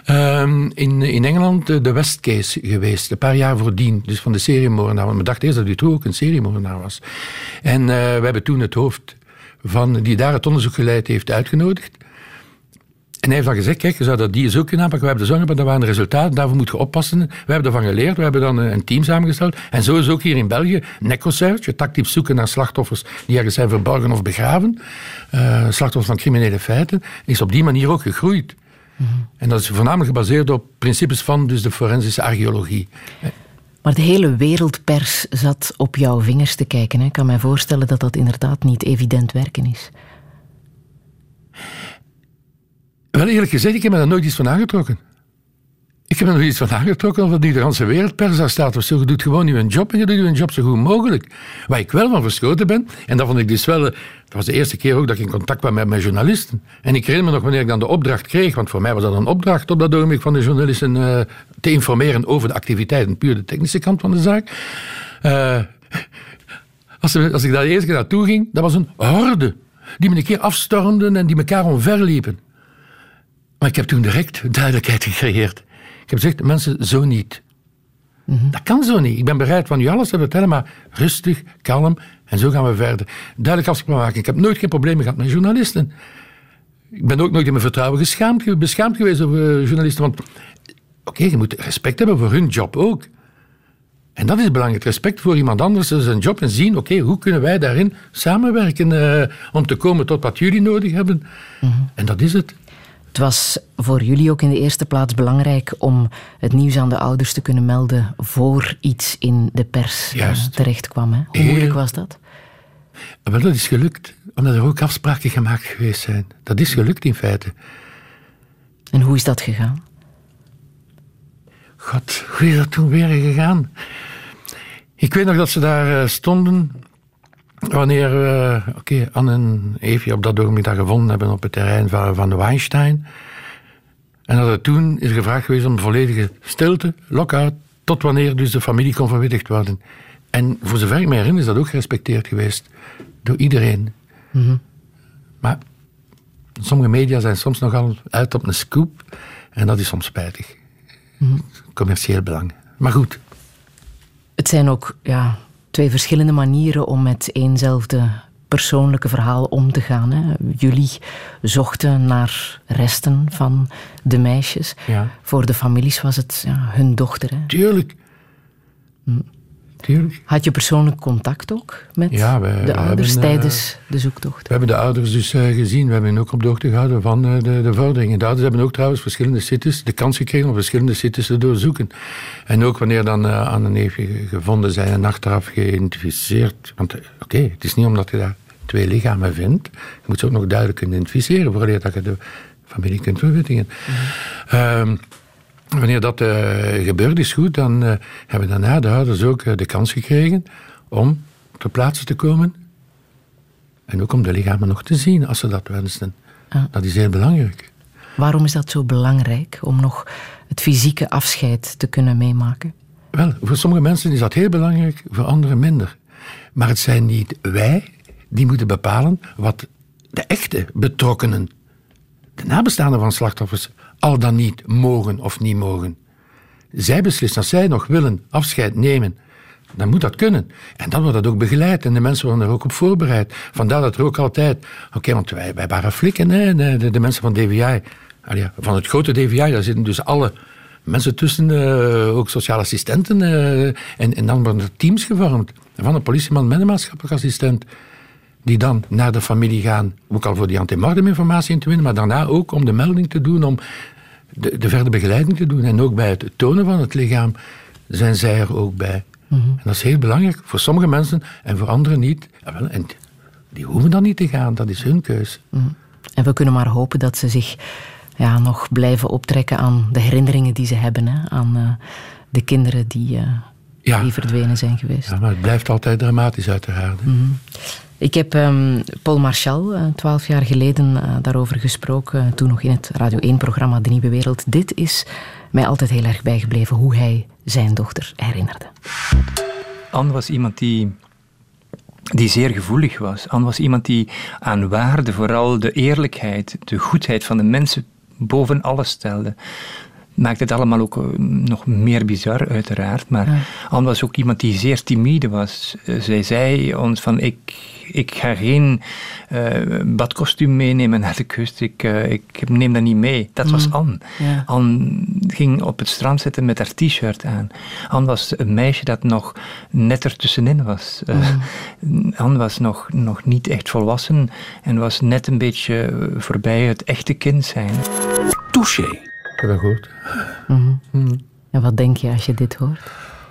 in Engeland de West Case geweest, een paar jaar voordien, dus van de seriemoordenaar. Want we dachten eerst dat Dutroux ook een seriemoordenaar was. En we hebben toen het hoofd die daar het onderzoek geleid heeft uitgenodigd. En hij heeft dan gezegd, kijk, je zou dat die eens ook kunnen aanpakken. We hebben de zorgen, maar dat waren de resultaten, daarvoor moet je oppassen. We hebben ervan geleerd, we hebben dan een team samengesteld. En zo is ook hier in België Necrosearch, het actief zoeken naar slachtoffers die ergens zijn verborgen of begraven. Slachtoffers van criminele feiten, is op die manier ook gegroeid. Mm-hmm. En dat is voornamelijk gebaseerd op principes van dus de forensische archeologie. Maar de hele wereldpers zat op jouw vingers te kijken. Hè? Ik kan mij voorstellen dat dat inderdaad niet evident werken is. Wel eerlijk gezegd, ik heb me daar nooit iets van aangetrokken. Ik heb er nog iets van aangetrokken of dat nu de hele wereldpers daar staat of zo. Je doet gewoon je job en je doet je job zo goed mogelijk. Waar ik wel van verschoten ben, en dat vond ik dus wel... Dat was de eerste keer ook dat ik in contact kwam met mijn journalisten. En ik herinner me nog wanneer ik dan de opdracht kreeg, want voor mij was dat een opdracht op dat ogenblik van de journalisten te informeren over de activiteiten, puur de technische kant van de zaak. Als ik daar de eerste keer naartoe ging, dat was een horde die me een keer afstormden en die elkaar omverliepen. Maar ik heb toen direct duidelijkheid gecreëerd. Ik heb gezegd, mensen, zo niet. Mm-hmm. Dat kan zo niet. Ik ben bereid van u alles te vertellen, maar rustig, kalm, en zo gaan we verder. Duidelijk afspraak maken. Ik heb nooit geen problemen gehad met journalisten. Ik ben ook nooit in mijn vertrouwen beschaamd geweest over journalisten, want Oké, je moet respect hebben voor hun job ook. En dat is belangrijk. Respect voor iemand anders zijn job en zien, oké, hoe kunnen wij daarin samenwerken om te komen tot wat jullie nodig hebben. Mm-hmm. En dat is het. Het was voor jullie ook in de eerste plaats belangrijk om het nieuws aan de ouders te kunnen melden voor iets in de pers terecht kwam. Hè? Hoe moeilijk was dat? Maar dat is gelukt, omdat er ook afspraken gemaakt geweest zijn. Dat is gelukt in feite. En hoe is dat gegaan? God, hoe is dat toen weer gegaan? Ik weet nog dat ze daar stonden wanneer Anne en Evie op dat ogenblik dat gevonden hebben op het terrein van de Weinstein. En dat er toen is gevraagd geweest om volledige stilte, lock-out, tot wanneer dus de familie kon verwittigd worden. En voor zover ik me herinner is dat ook gerespecteerd geweest door iedereen. Mm-hmm. Maar sommige media zijn soms nogal uit op een scoop en dat is soms spijtig. Mm-hmm. Commercieel belang. Maar goed. Het zijn ook twee verschillende manieren om met éénzelfde persoonlijke verhaal om te gaan. Hè. Jullie zochten naar resten van de meisjes. Ja. Voor de families was het hun dochter. Hè. Tuurlijk. Tuurlijk. Had je persoonlijk contact ook met de ouders tijdens de zoektocht? We hebben de ouders dus gezien. We hebben hen ook op de hoogte gehouden van de vorderingen. De ouders hebben ook trouwens verschillende sites de kans gekregen om verschillende sites te doorzoeken. En ook wanneer dan Anne en Evie gevonden zijn en achteraf geïdentificeerd. Want het is niet omdat je daar 2 lichamen vindt. Je moet ze ook nog duidelijk kunnen identificeren voordat je de familie kunt verwittigen. Mm-hmm. Wanneer dat gebeurd is goed, dan hebben daarna de ouders ook de kans gekregen om ter plaatse te komen. En ook om de lichamen nog te zien, als ze dat wensten. Ah. Dat is heel belangrijk. Waarom is dat zo belangrijk, om nog het fysieke afscheid te kunnen meemaken? Wel, voor sommige mensen is dat heel belangrijk, voor anderen minder. Maar het zijn niet wij die moeten bepalen wat de echte betrokkenen, de nabestaanden van slachtoffers, al dan niet mogen of niet mogen. Zij beslissen, als zij nog willen afscheid nemen, dan moet dat kunnen. En dan wordt dat ook begeleid en de mensen worden er ook op voorbereid. Vandaar dat er ook altijd, want wij waren flikken, hè, de mensen van DVI. Van het grote DVI, daar zitten dus alle mensen tussen, ook sociale assistenten. En dan worden er teams gevormd. Van een politieman met een maatschappelijk assistent. Die dan naar de familie gaan, ook al voor die antemorteminformatie in te winnen, maar daarna ook om de melding te doen, om de verdere begeleiding te doen. En ook bij het tonen van het lichaam zijn zij er ook bij. Mm-hmm. En dat is heel belangrijk voor sommige mensen en voor anderen niet. En die hoeven dan niet te gaan, dat is hun keus. Mm-hmm. En we kunnen maar hopen dat ze zich nog blijven optrekken aan de herinneringen die ze hebben, hè? Aan de kinderen die verdwenen zijn geweest. Ja, maar het blijft altijd dramatisch uiteraard. Mm-hmm. Ik heb Paul Marchal 12 jaar geleden daarover gesproken, toen nog in het Radio 1-programma De Nieuwe Wereld. Dit is mij altijd heel erg bijgebleven, hoe hij zijn dochter herinnerde. Anne was iemand die zeer gevoelig was. Anne was iemand die aan waarde, vooral de eerlijkheid, de goedheid van de mensen boven alles stelde. Maakt het allemaal ook nog meer bizar, uiteraard. Maar Anne was ook iemand die zeer timide was. Zij zei ons van, ik ga geen badkostuum meenemen naar de kust. Ik neem dat niet mee. Dat was Anne. Ja. Anne ging op het strand zitten met haar t-shirt aan. Anne was een meisje dat nog net ertussenin was. Anne was nog niet echt volwassen en was net een beetje voorbij het echte kind zijn. Touché. Ik heb dat gehoord. Mm-hmm. Mm-hmm. En wat denk je als je dit hoort?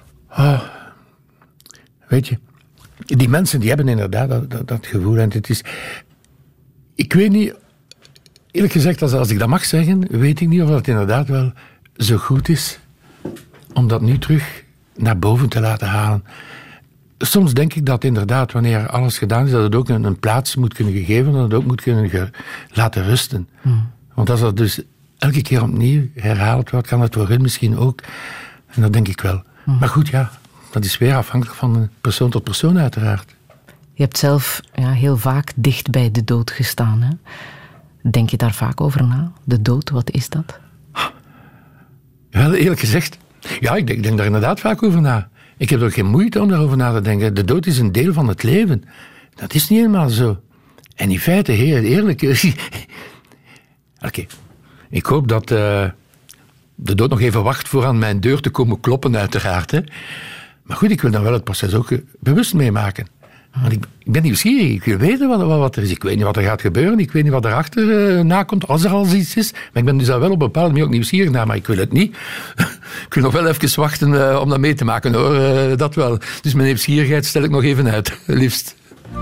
Weet je, die mensen die hebben inderdaad dat gevoel. En het is... Ik weet niet, eerlijk gezegd, als ik dat mag zeggen, weet ik niet of dat inderdaad wel zo goed is om dat nu terug naar boven te laten halen. Soms denk ik dat inderdaad, wanneer alles gedaan is, dat het ook een plaats moet kunnen gegeven, dat het ook moet kunnen laten rusten. Want als dat dus elke keer opnieuw herhaald wordt, kan het voor hun misschien ook. En dat denk ik wel. Maar goed, dat is weer afhankelijk van persoon tot persoon uiteraard. Je hebt zelf heel vaak dicht bij de dood gestaan. Hè? Denk je daar vaak over na? De dood, wat is dat? Wel, eerlijk gezegd, ik denk daar inderdaad vaak over na. Ik heb er ook geen moeite om daarover na te denken. De dood is een deel van het leven. Dat is niet helemaal zo. En in feite, heel eerlijk... Oké. Ik hoop dat de dood nog even wacht voor aan mijn deur te komen kloppen, uiteraard. Hè. Maar goed, ik wil dan wel het proces ook bewust meemaken. Want ik ben nieuwsgierig, ik wil weten wat er is. Ik weet niet wat er gaat gebeuren, ik weet niet wat erachter nakomt, als er al iets is. Maar ik ben dus daar wel op een bepaalde manier ook nieuwsgierig naar, maar ik wil het niet. Ik wil nog wel even wachten om dat mee te maken, hoor. Dat wel. Dus mijn nieuwsgierigheid stel ik nog even uit, liefst.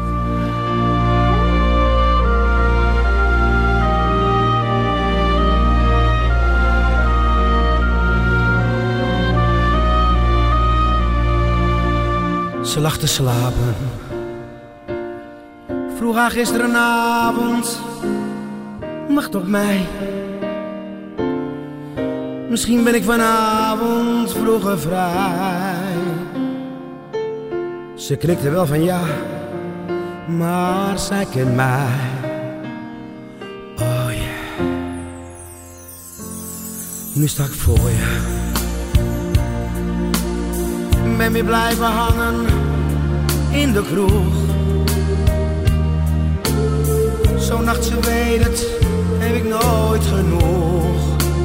Ze lag te slapen. Vroeg haar gisterenavond. Wacht op mij. Misschien ben ik vanavond vroeger vrij. Ze knikte wel van ja, maar zij kent mij. Oh yeah. Nu sta ik voor je. Ben weer blijven hangen in de kroeg. Zo'n nacht, ze weet het, heb ik nooit genoeg.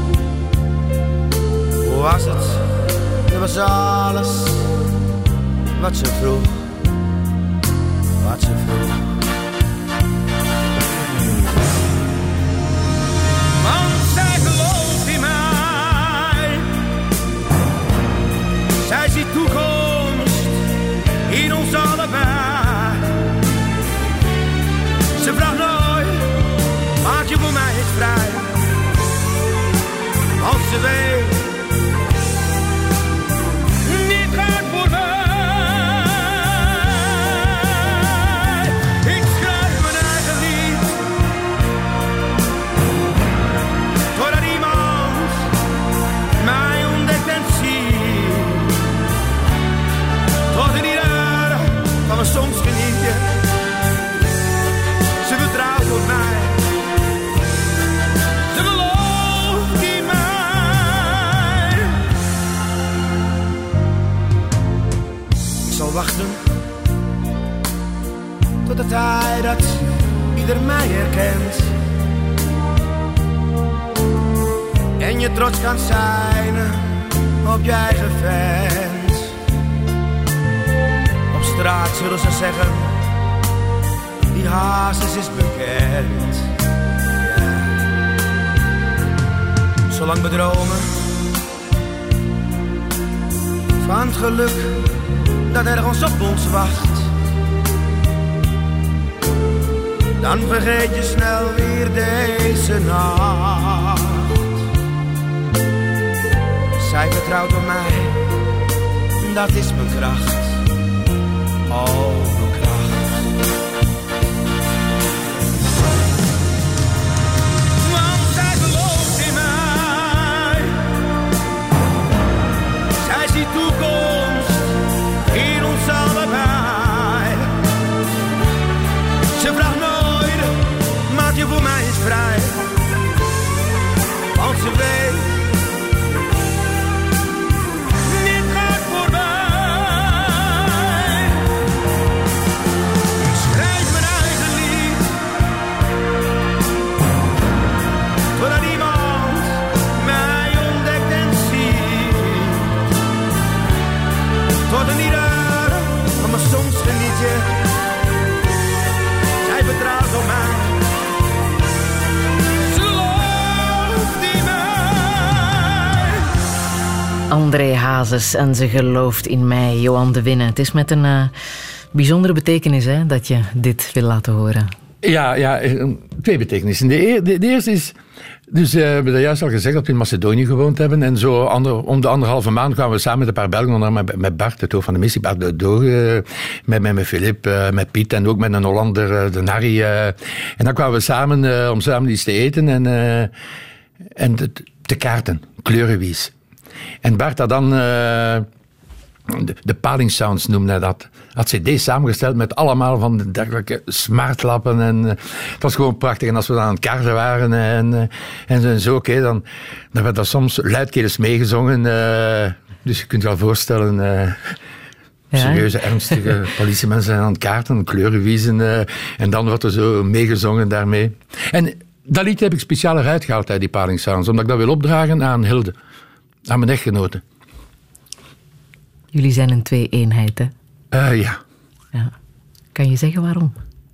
Hoe was het? Dat was alles wat ze vroeg. Wat ze vroeg. Want zij gelooft in mij. Zij ziet toekomst in ons allebei. Ze vraagt nooit, maak je voor mij eens vrij. Want ze weet, dit gaat voor mij. Ik schrijf mijn eigen lied. Doordat iemand mij ontdekt en ziet. Tot in ieder van me soms geniet je. Ze vertrouwt op mij. Ze gelooft in mij. Ik zal wachten tot de tijd dat ieder mij herkent. En je trots kan zijn op je eigen vent. Op straat zullen ze zeggen, die Hazes is bekend. Yeah. Zolang we dromen van het geluk dat ergens op ons wacht, dan vergeet je snel weer deze nacht. Zij vertrouwt op mij, dat is mijn kracht. Oh, mijn kracht. Want zij gelooft in mij. Zij ziet toekomst in ons allebei. Ze vraagt nooit, maak je voor mij eens vrij. Want ze weet, dit gaat voorbij. Ik schrijf mijn eigen lied. Doordat iemand mij ontdekt en ziet. Tot een ieder, maar soms geniet je. Zij vertrouwt op mij. Ze gelooft in mij. André Hazes en ze gelooft in mij, Johan de Winne. Het is met een bijzondere betekenis, hè, dat je dit wil laten horen. Ja, twee betekenissen. De eerste is, dus we hebben dat juist al gezegd, dat we in Macedonië gewoond hebben. En zo om de 1,5 maand kwamen we samen met een paar Belgen, onder andere met Bart, het hoofd van de missie, Bart de Doog, met Filip, met Piet en ook met een Hollander, de Harry. En dan kwamen we samen om samen iets te eten en te kaarten, kleurenwies. En Bart had dan de Paling Sounds noemde hij dat. Had cd samengesteld met allemaal van de dergelijke smartlappen. En het was gewoon prachtig. En als we dan aan het kaarten waren en zo, oké, dan werd dat soms luidkeels meegezongen. Dus je kunt je wel voorstellen, serieuze, ernstige politiemensen aan het kaarten, kleurenwiezen. En dan wordt er zo meegezongen daarmee. En dat liedje heb ik speciaal eruit gehaald uit die Paling Sounds, omdat ik dat wil opdragen aan Hilde. aan mijn echtgenote. Jullie zijn een twee-eenheid, hè? Ja. Kan je zeggen waarom?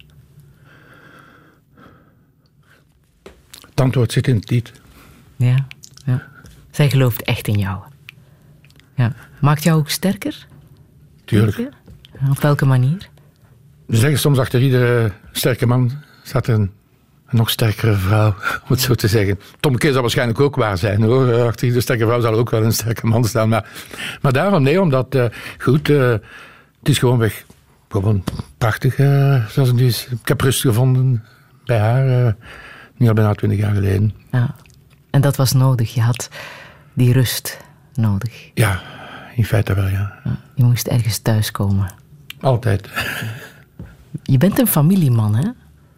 Het antwoord zit in het lied. Ja. Zij gelooft echt in jou. Ja. Maakt jou ook sterker? Tuurlijk. Op welke manier? Ze zeggen soms achter iedere sterke man staat er een nog sterkere vrouw, om het zo te zeggen. Tomke zal waarschijnlijk ook waar zijn, hoor. Achter iedere sterke vrouw zal ook wel een sterke man staan. Maar daarom, nee, omdat... het is gewoon prachtig. Zoals het is. Ik heb rust gevonden bij haar, nu al bijna 20 jaar geleden. Ja. En dat was nodig. Je had die rust nodig. Ja, in feite wel, ja. Je moest ergens thuiskomen. Altijd. Je bent een familieman, hè?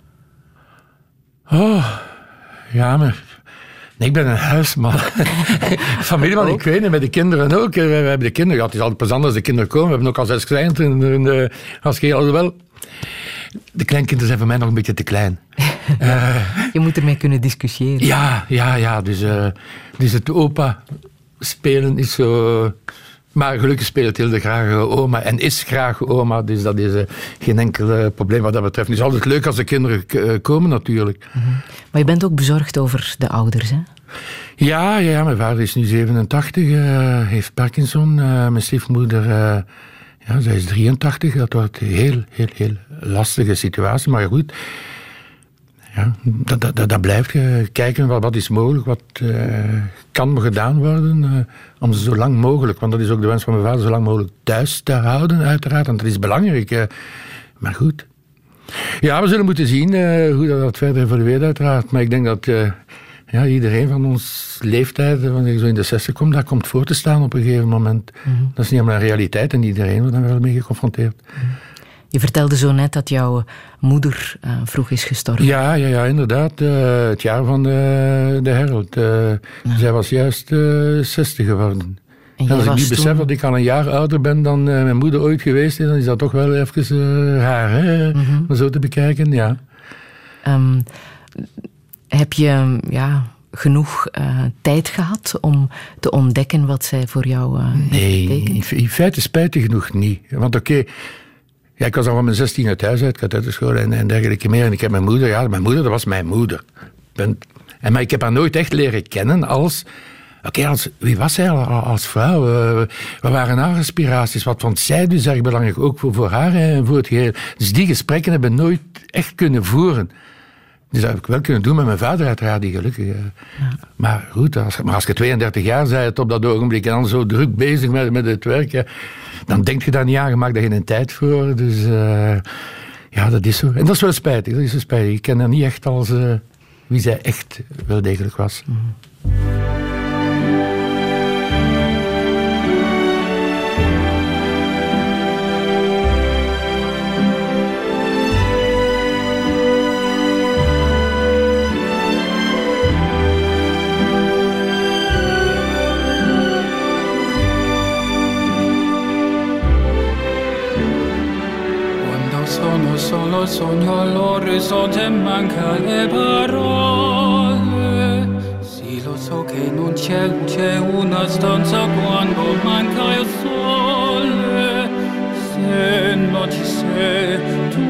Oh, ja, maar... Nee, ik ben een huisman. Familieman, ik weet niet, met de kinderen ook. We hebben de kinderen gehad. Het is altijd plezant als de kinderen komen. We hebben ook al 6 kleinkinderen als geheel. Alhoewel, de kleinkinderen zijn voor mij nog een beetje te klein. Je moet ermee kunnen discussiëren. Ja. Dus het opa spelen is zo... Maar gelukkig speelt Hilde graag oma en is graag oma. Dus dat is geen enkel probleem wat dat betreft. Het is altijd leuk als de kinderen komen natuurlijk. Mm-hmm. Maar je bent ook bezorgd over de ouders, hè? Ja, mijn vader is nu 87, heeft Parkinson. Mijn stiefmoeder, zij is 83. Dat wordt een heel lastige situatie. Maar goed, ja, dat blijft kijken wat is mogelijk, wat kan gedaan worden om ze zo lang mogelijk, want dat is ook de wens van mijn vader, zo lang mogelijk thuis te houden, uiteraard, want dat is belangrijk. Maar goed. Ja, we zullen moeten zien hoe dat verder evolueert, uiteraard. Maar ik denk dat iedereen van ons leeftijd, wanneer je zo in de 60 komt, dat komt voor te staan op een gegeven moment. Mm-hmm. Dat is niet helemaal een realiteit en iedereen wordt daar wel mee geconfronteerd. Mm-hmm. Je vertelde zo net dat jouw moeder vroeg is gestorven. Ja, inderdaad. Het jaar van de Herald. Zij was juist 60 geworden. En als ik niet besef dat ik al een jaar ouder ben dan mijn moeder ooit geweest is, dan is dat toch wel even raar, hè? Mm-hmm. Om zo te bekijken, ja. Heb je genoeg tijd gehad om te ontdekken wat zij voor jou betekent? In feite spijtig genoeg niet. Want oké, ik was al van mijn 16 uit huis uit, katheterschool en dergelijke meer. En ik heb mijn moeder, dat was mijn moeder. Maar ik heb haar nooit echt leren kennen als... wie was zij als vrouw? Wat waren haar aspiraties? Wat vond zij dus erg belangrijk? Ook voor haar en voor het geheel. Dus die gesprekken hebben nooit echt kunnen voeren. Dus dat heb ik wel kunnen doen met mijn vader, uiteraard, die gelukkig. Ja. Maar goed, als je 32 jaar bent op dat ogenblik en dan zo druk bezig met het werk, dan denk je daar niet aan, je maakt daar geen tijd voor. Dus dat is zo. En dat is wel spijtig, Ik ken haar niet echt als wie zij echt wel degelijk was. Mm. Solo sogno all'orizzonte manca le parole. Sì, lo so che non c'è luce una stanza quando manca il sole. Se non ci sei tu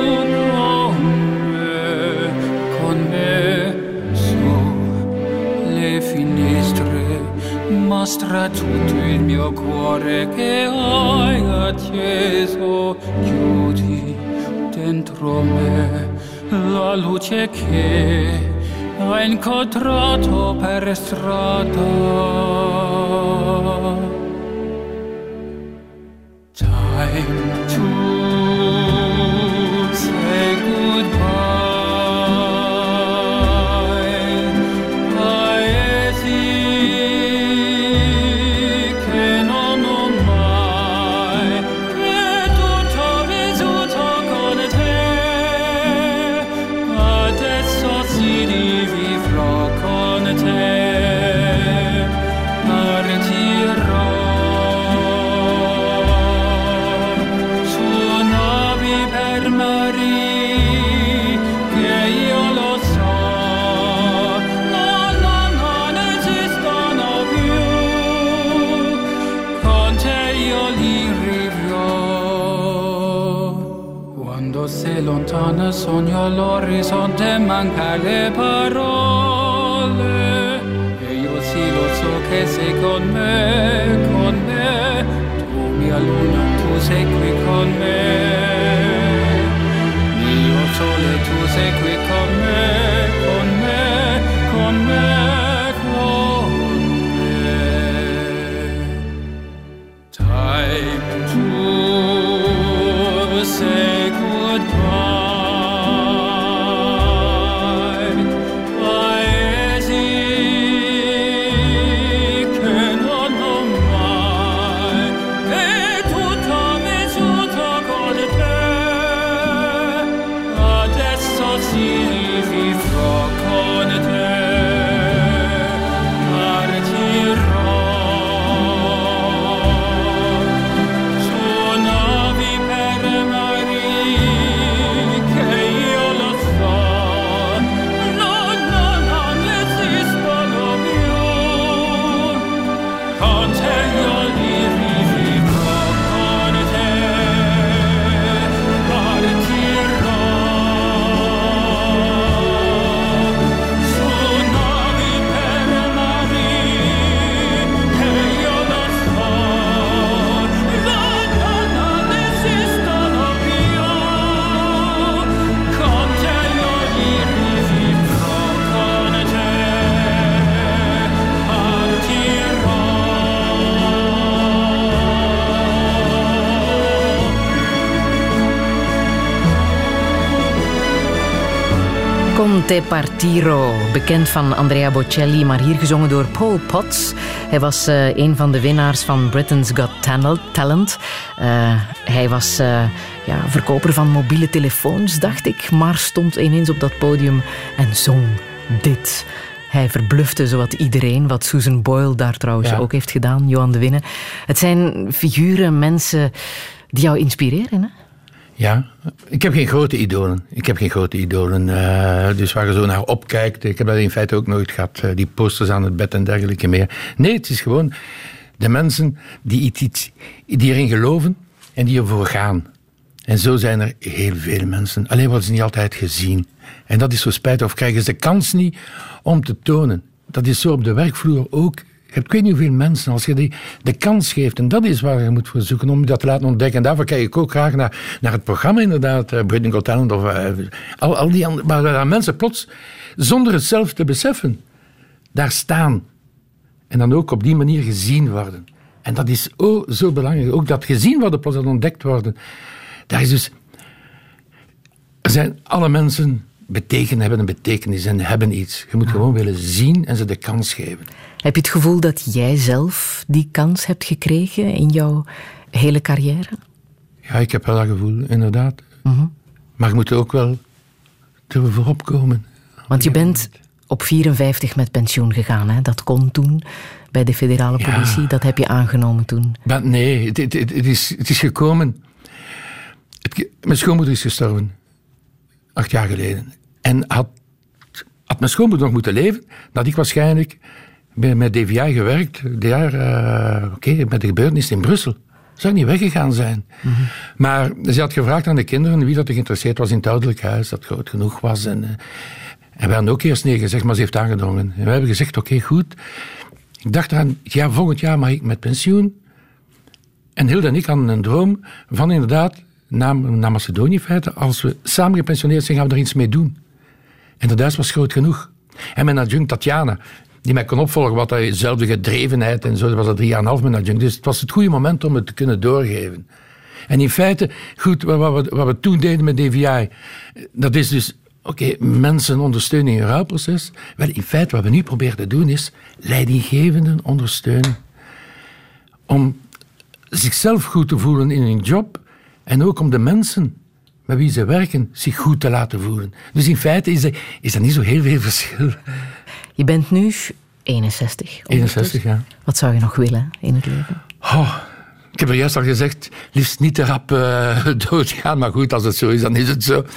con me su le finestre mostra tutto il mio cuore che hai acceso. Chiudi dentro me la luce che hai incontrato per strada. Time to say goodbye. Paesi che non ho mai, e tutto vissuto con te. Adesso si rivivrò con te. Partirò io se lontana sogno all'orizzonte manca le parole e io sì lo so che sei con me, tu mia luna, tu sei qui con me, mio sole, tu sei qui con me, con me, con me, con me. Time to say goodbye, paesi che non ho mai veduto vissuto con te, adesso sì vivrò con te, partirò. Conte Partiro, bekend van Andrea Bocelli, maar hier gezongen door Paul Potts. Hij was een van de winnaars van Britain's Got Talent. Hij was verkoper van mobiele telefoons, dacht ik, maar stond ineens op dat podium en zong dit. Hij verblufte zowat iedereen, wat Susan Boyle daar trouwens ook heeft gedaan, Johan de Winne. Het zijn figuren, mensen die jou inspireren, hè? Ja, ik heb geen grote idolen. Dus waar je zo naar opkijkt. Ik heb dat in feite ook nooit gehad. Die posters aan het bed en dergelijke meer. Nee, het is gewoon de mensen die erin geloven en die ervoor gaan. En zo zijn er heel veel mensen. Alleen worden ze niet altijd gezien. En dat is zo spijtig. Of krijgen ze de kans niet om te tonen. Dat is zo op de werkvloer ook. Je hebt ik weet niet hoeveel mensen, als je die de kans geeft, en dat is waar je moet voor zoeken, om je dat te laten ontdekken. En daarvoor kijk ik ook graag naar het programma, inderdaad, Britain's Got Talent, of al die andere, waar mensen plots, zonder het zelf te beseffen, daar staan. En dan ook op die manier gezien worden. En dat is zo belangrijk. Ook dat gezien worden, plots dat ontdekt worden. Daar is dus... Er zijn alle mensen... hebben een betekenis en hebben iets. Je moet gewoon willen zien en ze de kans geven. Heb je het gevoel dat jij zelf die kans hebt gekregen in jouw hele carrière? Ja, ik heb wel dat gevoel, inderdaad. Mm-hmm. Maar je moet ook wel voorop komen. Want je bent op 54 met pensioen gegaan, hè? Dat kon toen bij de federale politie. Dat heb je aangenomen toen. Maar nee, het is gekomen... Mijn schoonmoeder is gestorven. 8 jaar geleden. En had mijn schoonmoeder nog moeten leven, dan had ik waarschijnlijk met DVI gewerkt, met de gebeurtenis in Brussel. Zou ik niet weggegaan zijn. Mm-hmm. Maar ze had gevraagd aan de kinderen wie dat er geïnteresseerd was in het ouderlijk huis, dat groot genoeg was. En we hadden ook eerst nee gezegd, maar ze heeft aangedrongen. En we hebben gezegd, oké, goed. Ik dacht eraan, volgend jaar mag ik met pensioen. En Hilde en ik hadden een droom van inderdaad... naar Macedonië feiten, als we samen gepensioneerd zijn, gaan we er iets mee doen. En dat huis was groot genoeg. En mijn adjunct Tatjana, die mij kon opvolgen, wat dezelfde gedrevenheid en zo, dat was dat 3,5 jaar mijn adjunct. Dus het was het goede moment om het te kunnen doorgeven. En in feite, goed, wat we toen deden met DVI, dat is dus, mensen ondersteunen in een rouwproces. Wel, in feite, wat we nu proberen te doen, is leidinggevenden ondersteunen. Om zichzelf goed te voelen in hun job, en ook om de mensen met wie ze werken zich goed te laten voelen. Dus in feite is er niet zo heel veel verschil. Je bent nu 61. 61, ja. Wat zou je nog willen in het leven? Ik heb er juist al gezegd, liefst niet te rap doodgaan. Maar goed, als het zo is, dan is het zo.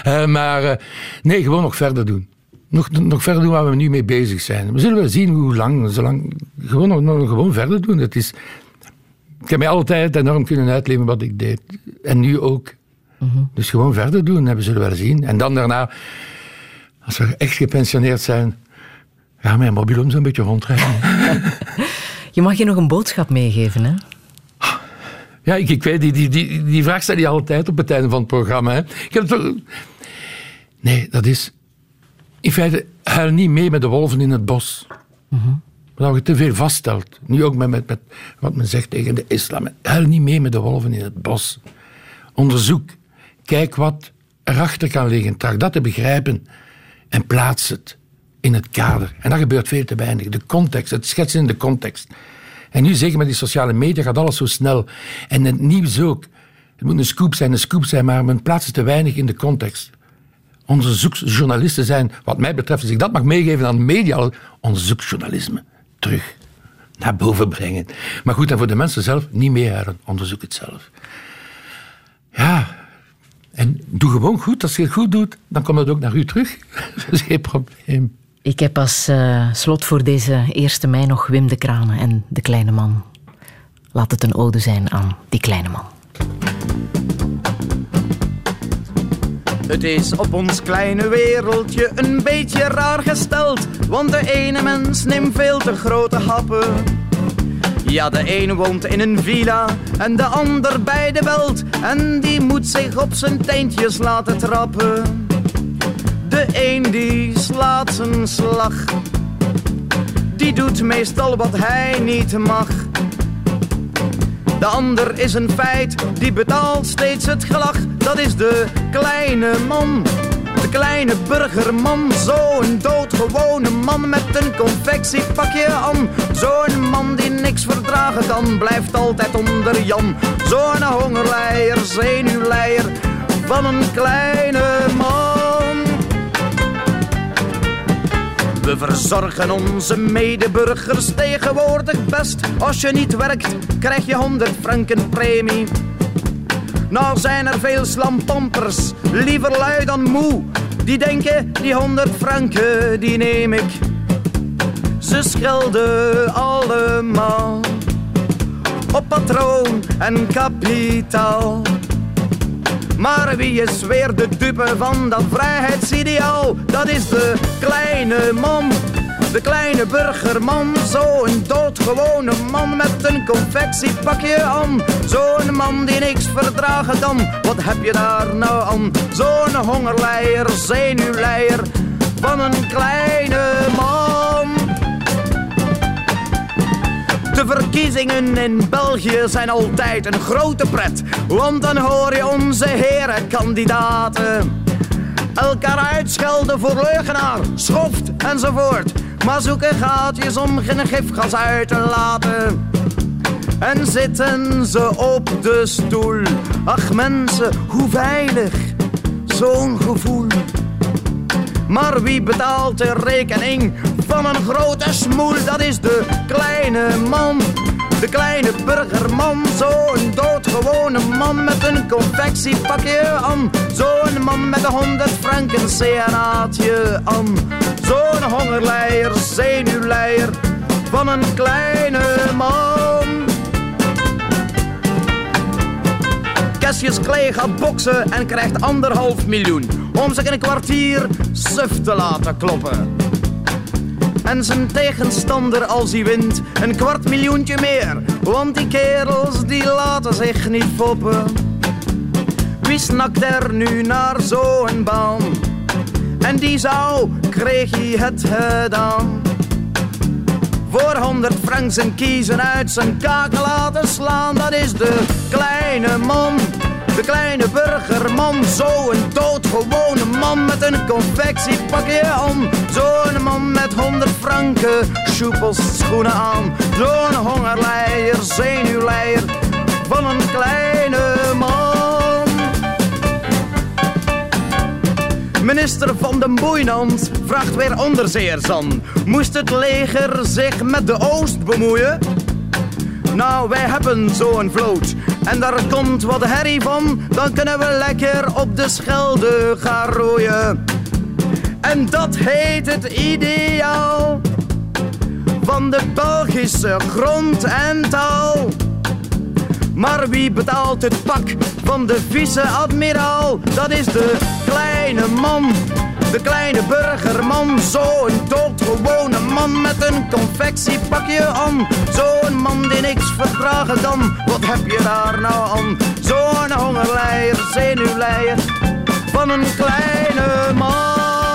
Nee, gewoon nog verder doen. Nog verder doen waar we nu mee bezig zijn. We zullen wel zien hoe lang. Gewoon verder doen. Ik heb mij altijd enorm kunnen uitleven wat ik deed. En nu ook. Dus gewoon verder doen, hebben ze wel zien. En dan daarna, als we echt gepensioneerd zijn, ja, mijn mobiel zo'n beetje rondrijden. Je mag je nog een boodschap meegeven, hè? Ja, ik weet, die vraag stel je altijd op het einde van het programma. Hè. Ik heb toch... Nee, dat is... In feite, huil niet mee met de wolven in het bos. Dat je te veel vaststelt. Nu ook met wat men zegt tegen de islam. Huil niet mee met de wolven in het bos. Onderzoek. Kijk wat erachter kan liggen. Tracht dat te begrijpen. En plaats het in het kader. En dat gebeurt veel te weinig. De context, het schetsen in de context. En nu zeker met die sociale media gaat alles zo snel. En het nieuws ook. Het moet een scoop zijn, maar men plaatst het te weinig in de context. Onderzoeksjournalisten zijn, wat mij betreft, als ik dat mag meegeven aan de media, onderzoeksjournalisme terug naar boven brengen. Maar goed, en voor de mensen zelf, niet meehuilen. Onderzoek het zelf. Ja, en doe gewoon goed. Als je het goed doet, dan komt het ook naar u terug. Dat is geen probleem. Ik heb als slot voor deze 1 mei nog Wim de Kranen en De Kleine Man. Laat het een ode zijn aan die kleine man. Het is op ons kleine wereldje een beetje raar gesteld, want de ene mens neemt veel te grote happen. Ja, de ene woont in een villa en de ander bij de veld, en die moet zich op zijn teentjes laten trappen. De een die slaat zijn slag, die doet meestal wat hij niet mag. De ander is een feit, die betaalt steeds het gelag. Dat is de kleine man, de kleine burgerman. Zo'n doodgewone man met een confectiepakje aan. Zo'n man die niks verdragen kan, blijft altijd onder Jan. Zo'n hongerleier, zenuwleier van een kleine man. We verzorgen onze medeburgers tegenwoordig best. Als je niet werkt, krijg je 100 franken premie. Nou zijn er veel slampampers, liever lui dan moe. Die denken, die 100 franken, die neem ik. Ze schelden allemaal op patroon en kapitaal. Maar wie is weer de dupe van dat vrijheidsideaal? Dat is de kleine man, de kleine burgerman. Zo'n doodgewone man met een confectiepakje aan. Zo'n man die niks verdragen kan, wat heb je daar nou aan? Zo'n hongerleier, zenuwleier van een kleine man. De verkiezingen in België zijn altijd een grote pret, want dan hoor je onze heren kandidaten elkaar uitschelden voor leugenaar, schoft enzovoort. Maar zoeken gaatjes om geen gifgas uit te laten. En zitten ze op de stoel. Ach mensen, hoe veilig, zo'n gevoel. Maar wie betaalt de rekening van een grote smoel? Dat is de kleine man, de kleine burgerman. Zo'n doodgewone man met een confectiepakje aan. Zo'n man met 100 franken CNA'tje aan. Zo'n hongerleier, zenuwleier van een kleine man. Cassius Clay gaat boksen en krijgt 1,5 miljoen om zich in een kwartier suf te laten kloppen. En zijn tegenstander, als hij wint, 250.000 meer. Want die kerels die laten zich niet foppen. Wie snakt er nu naar zo'n baan? En die zou, kreeg hij het gedaan. Voor 100 francs zijn kiezen uit zijn kaken laten slaan. Dat is de kleine man, de kleine burgerman. Zo'n doodgewone man met een confectiepakje aan. Zo'n man met 100 franken sjoepels schoenen aan. Zo'n hongerleier, zenuwleier van een kleine man. Minister van den Boeinand vraagt weer onderzeeërs aan. Moest het leger zich met de Oost bemoeien? Nou, wij hebben zo'n vloot en daar komt wat herrie van. Dan kunnen we lekker op de Schelde gaan roeien. En dat heet het ideaal van de Belgische grond en taal. Maar wie betaalt het pak van de vice-admiraal? Dat is de kleine man, de kleine burgerman. Zo'n doodgewone man met een confectiepakje aan. Zo'n man die niks verdragen kan. Wat heb je daar nou aan? Zo'n hongerleier, zenuwleier van een kleine man.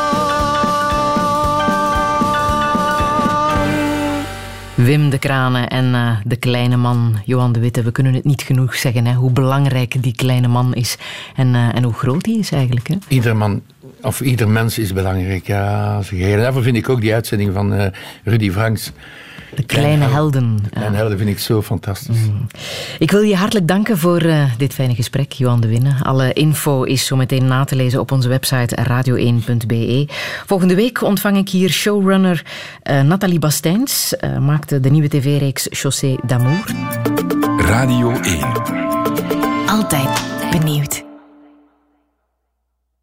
Wim de Kranen en de kleine man, Johan de Witte. We kunnen het niet genoeg zeggen, hè, hoe belangrijk die kleine man is. En hoe groot die is eigenlijk. Hè? Ieder man, of ieder mens is belangrijk. Ja, en daarvoor vind ik ook die uitzending van Rudy Franks. De kleine helden. Kleine helden vind ik zo fantastisch. Ik wil je hartelijk danken voor dit fijne gesprek, Johan de Winne. Alle info is zo meteen na te lezen op onze website radio1.be. Volgende week ontvang ik hier showrunner Nathalie Bastijns. Maakte de nieuwe tv-reeks Chaussée d'Amour. Radio 1. Altijd benieuwd.